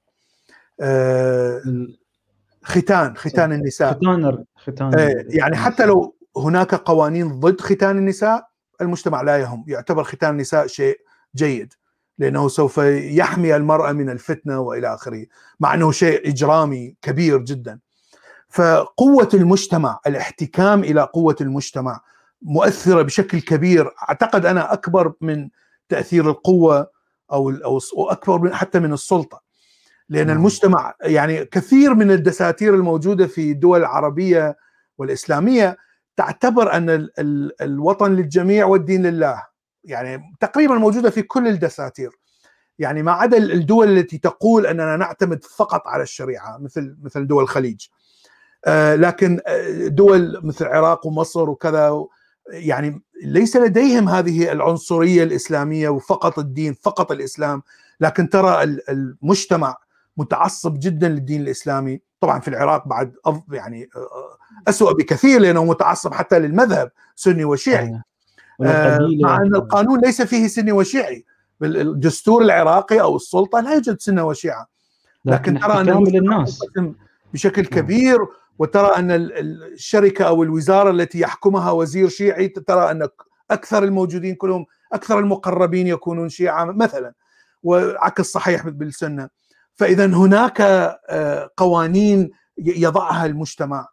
ختان النساء، يعني حتى لو هناك قوانين ضد ختان النساء، المجتمع لا يهم، يعتبر ختان النساء شيء جيد، لأنه سوف يحمي المرأة من الفتنة وإلى آخره، مع أنه شيء إجرامي كبير جدا. فقوة المجتمع، الاحتكام إلى قوة المجتمع مؤثرة بشكل كبير، أعتقد أنا أكبر من تأثير القوة أو أكبر حتى من السلطة، لأن المجتمع يعني كثير من الدساتير الموجودة في الدول العربية والإسلامية تعتبر أن الوطن للجميع والدين لله، يعني تقريبا موجودة في كل الدساتير، يعني ما عدا الدول التي تقول أننا نعتمد فقط على الشريعة مثل دول الخليج. لكن دول مثل العراق ومصر وكذا يعني ليس لديهم هذه العنصرية الإسلامية وفقط الدين، فقط الإسلام، لكن ترى المجتمع متعصب جدا للدين الإسلامي. طبعا في العراق بعد يعني أسوأ بكثير، لأنه متعصب حتى للمذهب سني وشيعي، مع أن القانون ليس فيه سني وشيعي، بالدستور العراقي أو السلطة لا يوجد سنة وشيعة، لكن ترى أن المجتمع بشكل كبير، وترى أن الشركة أو الوزارة التي يحكمها وزير شيعي، ترى أن أكثر الموجودين كلهم، أكثر المقربين يكونون شيعة مثلا، وعكس صحيح بالسنة. فإذا هناك قوانين يضعها المجتمع،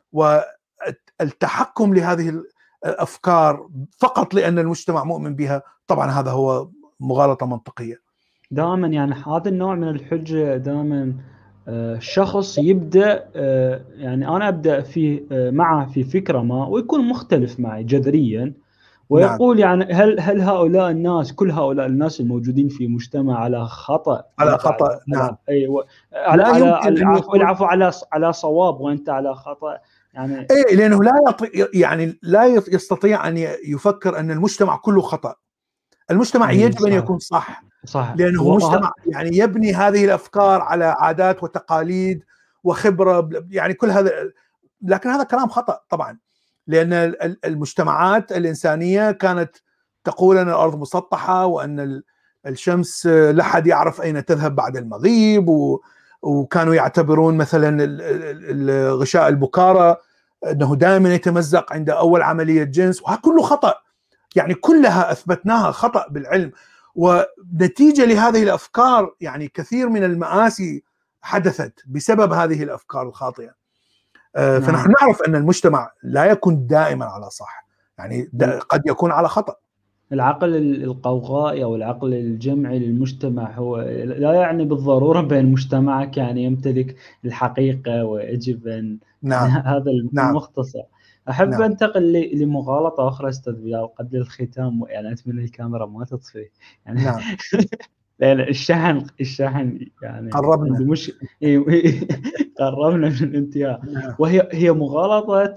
والتحكم لهذه الأفكار فقط لأن المجتمع مؤمن بها، طبعا هذا هو مغالطة منطقية. دائما يعني هذا النوع من الحجة دائما شخص يبدأ يعني أنا أبدأ فيه معه في فكرة ما ويكون مختلف معي جذريا، ويقول يعني هل هؤلاء الناس، كل هؤلاء الناس الموجودين في مجتمع على خطأ على وأنت خطأ. على نعم. على لا على يمكن أن يكون العفو على صواب وأنت على خطأ يعني. إيه، لأنه يعني لا يستطيع أن يفكر أن المجتمع كله خطأ. المجتمع يجب أن يكون صح، لأنه مجتمع يعني يبني هذه الأفكار على عادات وتقاليد وخبرة، يعني كل هذا. لكن هذا كلام خطأ طبعا، لأن المجتمعات الإنسانية كانت تقول أن الأرض مسطحة، وأن الشمس لا أحد يعرف أين تذهب بعد المغيب، وكانوا يعتبرون مثلا غشاء البكارة أنه دائما يتمزق عند أول عملية جنس، وهذا كله خطأ. يعني كلها أثبتناها خطأ بالعلم، ونتيجة لهذه الأفكار يعني كثير من المآسي حدثت بسبب هذه الأفكار الخاطئة. فنحن نعرف أن المجتمع لا يكون دائما على صح، يعني قد يكون على خطأ. العقل القوقائي أو العقل الجمعي للمجتمع هو لا يعني بالضرورة بأن مجتمعك يعني يمتلك الحقيقة ويجب أن نعم. هذا المختصر. أحب أنتقل لمغالطة أخرى أستاذ بلال قبل الختام، يعني أتمنى الكاميرا ما تطفي يعني. نعم. لأن الشحن يعني قربنا مش قربنا من الانتهاء. وهي مغالطة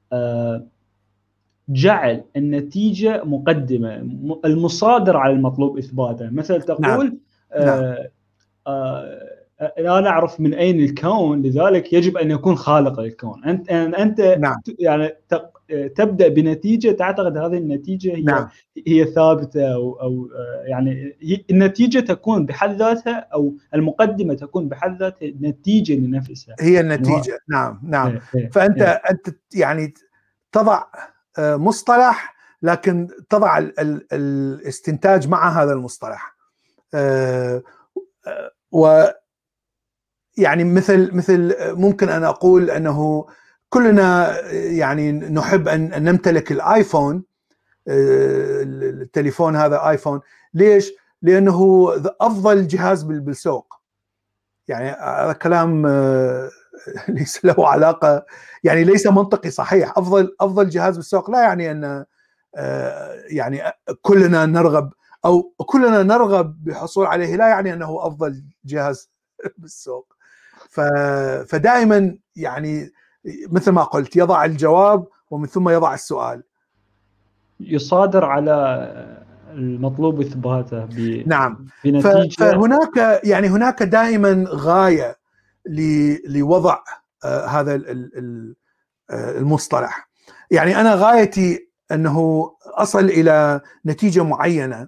جعل النتيجة مقدمة، المصادر على المطلوب إثباته. مثل تقول لا نعرف من أين الكون، لذلك يجب أن يكون خالق الكون. أنت يعني تبدأ بنتيجة تعتقد هذه النتيجة هي ثابتة، أو يعني النتيجة تكون بحد ذاتها، أو المقدمة تكون بحد ذاتها نتيجة لنفسها، هي النتيجة. نعم. فأنت يعني تضع مصطلح، لكن تضع الاستنتاج مع هذا المصطلح. ويعني مثل ممكن أن أقول أنه كلنا يعني نحب أن نمتلك الآيفون، التليفون هذا آيفون. ليش؟ لأنه أفضل جهاز بالسوق. يعني هذا كلام ليس له علاقة، يعني ليس منطقي صحيح. أفضل جهاز بالسوق لا يعني أن يعني كلنا نرغب، أو كلنا نرغب بحصول عليه لا يعني أنه أفضل جهاز بالسوق. فدائما يعني مثل ما قلت يضع الجواب ومن ثم يضع السؤال، يصادر على المطلوب إثباته نعم. بنتيجة. هناك دائما غاية لوضع هذا المصطلح. يعني أنا غايتي أنه أصل إلى نتيجة معينة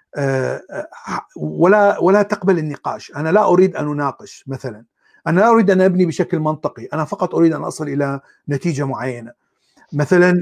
ولا تقبل النقاش. أنا لا أريد أن أناقش مثلا، أنا لا أريد أن أبني بشكل منطقي، أنا فقط أريد أن أصل إلى نتيجة معينة. مثلا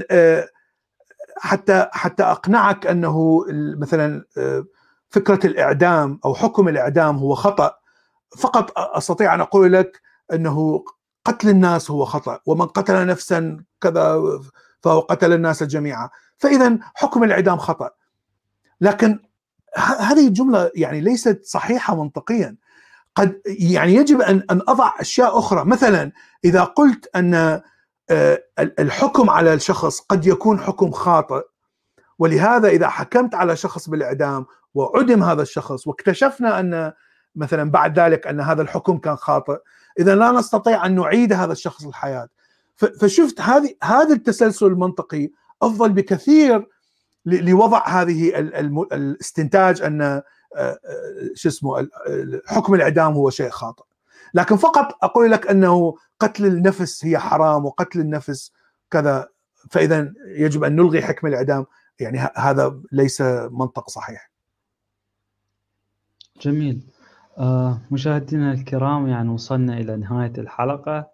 حتى أقنعك أنه مثلا فكرة الإعدام أو حكم الإعدام هو خطأ، فقط أستطيع أن أقول لك أنه قتل الناس هو خطأ، ومن قتل نفسا كذا فهو قتل الناس جميعا، فإذا حكم الإعدام خطأ. لكن هذه الجملة يعني ليست صحيحة منطقيا. قد يعني يجب أن أضع أشياء أخرى. مثلا إذا قلت أن الحكم على الشخص قد يكون حكم خاطئ، ولهذا إذا حكمت على شخص بالإعدام وعدم هذا الشخص واكتشفنا أن مثلا بعد ذلك أن هذا الحكم كان خاطئ، إذا لا نستطيع أن نعيد هذا الشخص الحياة. فشفت هذا التسلسل المنطقي أفضل بكثير لوضع هذه الاستنتاج أن حكم الإعدام هو شيء خاطئ. لكن فقط أقول لك أنه قتل النفس هي حرام وقتل النفس كذا، فإذا يجب أن نلغي حكم الإعدام. يعني هذا ليس منطق صحيح. جميل. مشاهدينا الكرام، يعني وصلنا إلى نهاية الحلقة،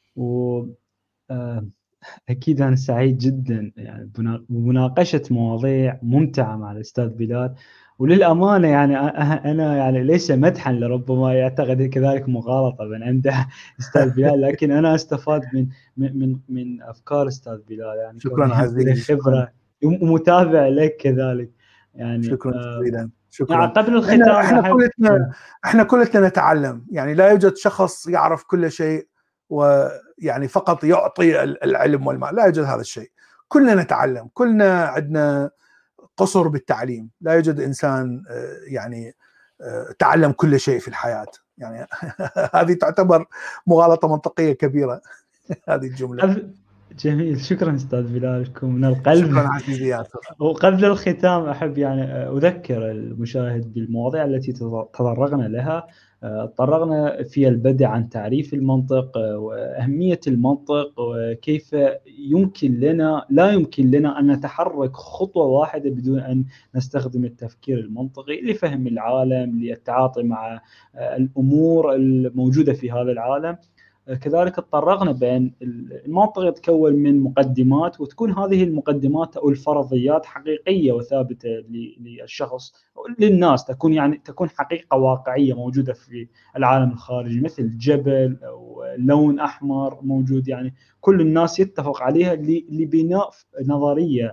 أكيد أنا سعيد جدا يعني بمناقشة مواضيع ممتعة مع الأستاذ بلال. وللأمانة يعني أنا يعني ليس مدحا، لربما يعتقد كذلك مغالطة بأن أمدح أستاذ بلال، لكن أنا استفاد من أفكار أستاذ بلال. يعني شكرا عزيزي، خبرة ومتابع لك كذلك يعني. شكرا جزيلا. شكرا. قبل الختام احنا كلنا نتعلم، يعني لا يوجد شخص يعرف كل شيء ويعني فقط يعطي العلم والمال، لا يوجد هذا الشيء. كلنا نتعلم، كلنا عندنا قصر بالتعليم، لا يوجد انسان يعني تعلم كل شيء في الحياة. يعني هذه تعتبر مغالطة منطقية كبيرة هذه الجملة. جميل، شكرا استاذ بلال لكم من القلب. شكرا عزيزي ياسر. وقبل الختام احب يعني اذكر المشاهد بالمواضيع التي تطرقنا لها. تطرقنا في البدء عن تعريف المنطق واهميه المنطق، وكيف لا يمكن لنا ان نتحرك خطوه واحده بدون ان نستخدم التفكير المنطقي لفهم العالم، للتعاطي مع الامور الموجوده في هذا العالم. كذلك تطرقنا بأن المنطق يتكون من مقدمات، وتكون هذه المقدمات أو الفرضيات حقيقية وثابتة للشخص أو للناس، تكون حقيقة واقعية موجودة في العالم الخارجي، مثل جبل أو لون أحمر موجود، يعني كل الناس يتفق عليها لبناء نظرية،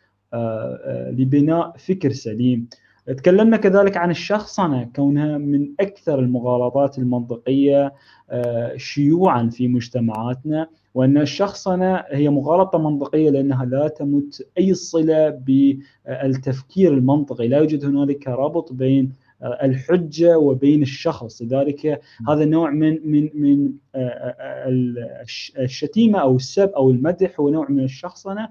لبناء فكر سليم. تكلمنا كذلك عن الشخصنة كونها من أكثر المغالطات المنطقية شيوعا في مجتمعاتنا، وأن الشخصنة هي مغالطة منطقية لأنها لا تمت أي صلة بالتفكير المنطقي، لا يوجد هنالك رابط بين الحجة وبين الشخص. لذلك هذا نوع من الشتيمة أو السب أو المدح هو نوع من الشخصنة.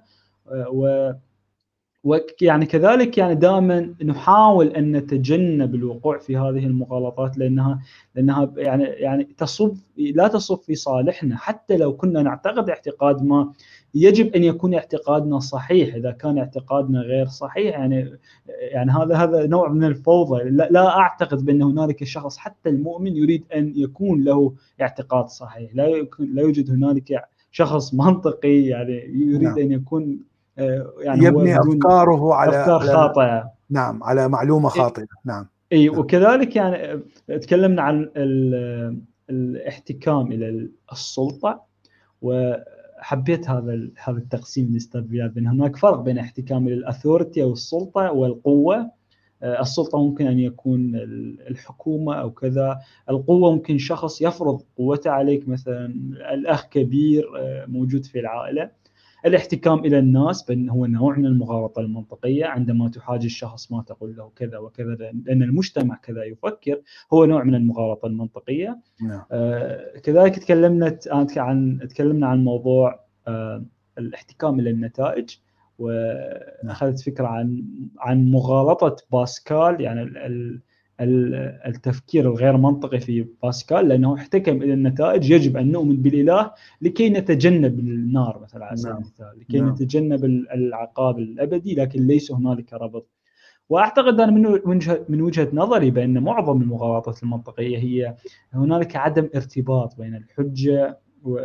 ويعني كذلك يعني دائما نحاول ان نتجنب الوقوع في هذه المغالطات، لانها يعني لا تصب في صالحنا. حتى لو كنا نعتقد اعتقاد ما، يجب ان يكون اعتقادنا صحيح. اذا كان اعتقادنا غير صحيح يعني هذا نوع من الفوضى. لا اعتقد بان هنالك شخص حتى المؤمن يريد ان يكون له اعتقاد صحيح. لا يوجد هنالك شخص منطقي يعني يريد ان يكون يعني يبني افكاره على افكار خاطئه. نعم، على معلومه خاطئه. نعم. اي وكذلك يعني تكلمنا عن الاحتكام الى السلطه، وحبيت هذا التقسيم الاستاذ بلال، بان هناك فرق بين احتكام الى الاثوريتي او السلطه والقوه. السلطه ممكن ان يكون الحكومه او كذا، القوه ممكن شخص يفرض قوته عليك، مثلا الاخ كبير موجود في العائله. الاحتكام إلى الناس هو نوع من المغالطة المنطقية، عندما تحاجي الشخص ما تقول له كذا وكذا لأن المجتمع كذا يفكر، هو نوع من المغالطة المنطقية. كذلك تكلمنا عن موضوع الاحتكام إلى النتائج، وأخذت فكرة عن مغالطة باسكال، يعني التفكير الغير منطقي في باسكال، لأنه احتكم إلى النتائج. يجب أن نؤمن بالإله لكي نتجنب النار مثلا على سبيل المثال، لكي نتجنب العقاب الأبدي، لكن ليس هنالك ربط. وأعتقد أنا من وجهة نظري بأن معظم المغالطات المنطقية هي هنالك عدم ارتباط بين الحجة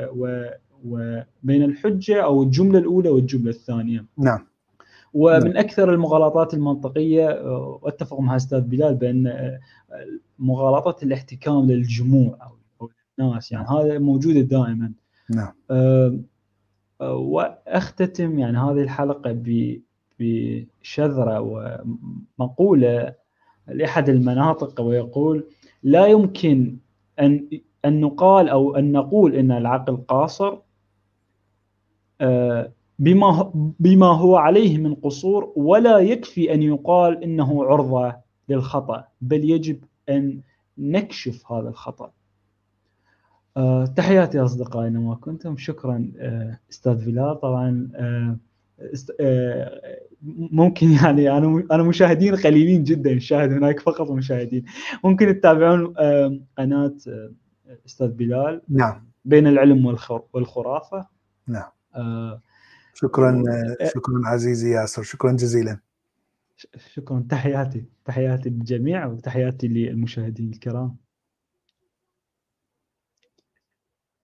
وبين الحجة أو الجملة الأولى والجملة الثانية. نعم. ومن أكثر المغالطات المنطقية، واتفق مع أستاذ بلال بأن مغالطة الاحتكام للجموع أو الناس، يعني هذا موجودة دائما. نعم. وأختتم يعني هذه الحلقة بشذرة ومقولة لأحد المناطق، ويقول: لا يمكن أن نقال أو أن نقول أن العقل قاصر بما هو عليه من قصور، ولا يكفي أن يقال إنه عرضة للخطأ، بل يجب أن نكشف هذا الخطأ. تحياتي أصدقائي أينما كنتم. شكرا أستاذ بلال. طبعا ممكن يعني أنا مشاهدين قليلين جدا، شاهد هناك فقط مشاهدين. ممكن تتابعون قناة أستاذ بلال. نعم. بين العلم والخرافة. نعم. شكرا عزيزي ياسر، شكرا جزيلا. شكرا. تحياتي للجميع وتحياتي للمشاهدين الكرام.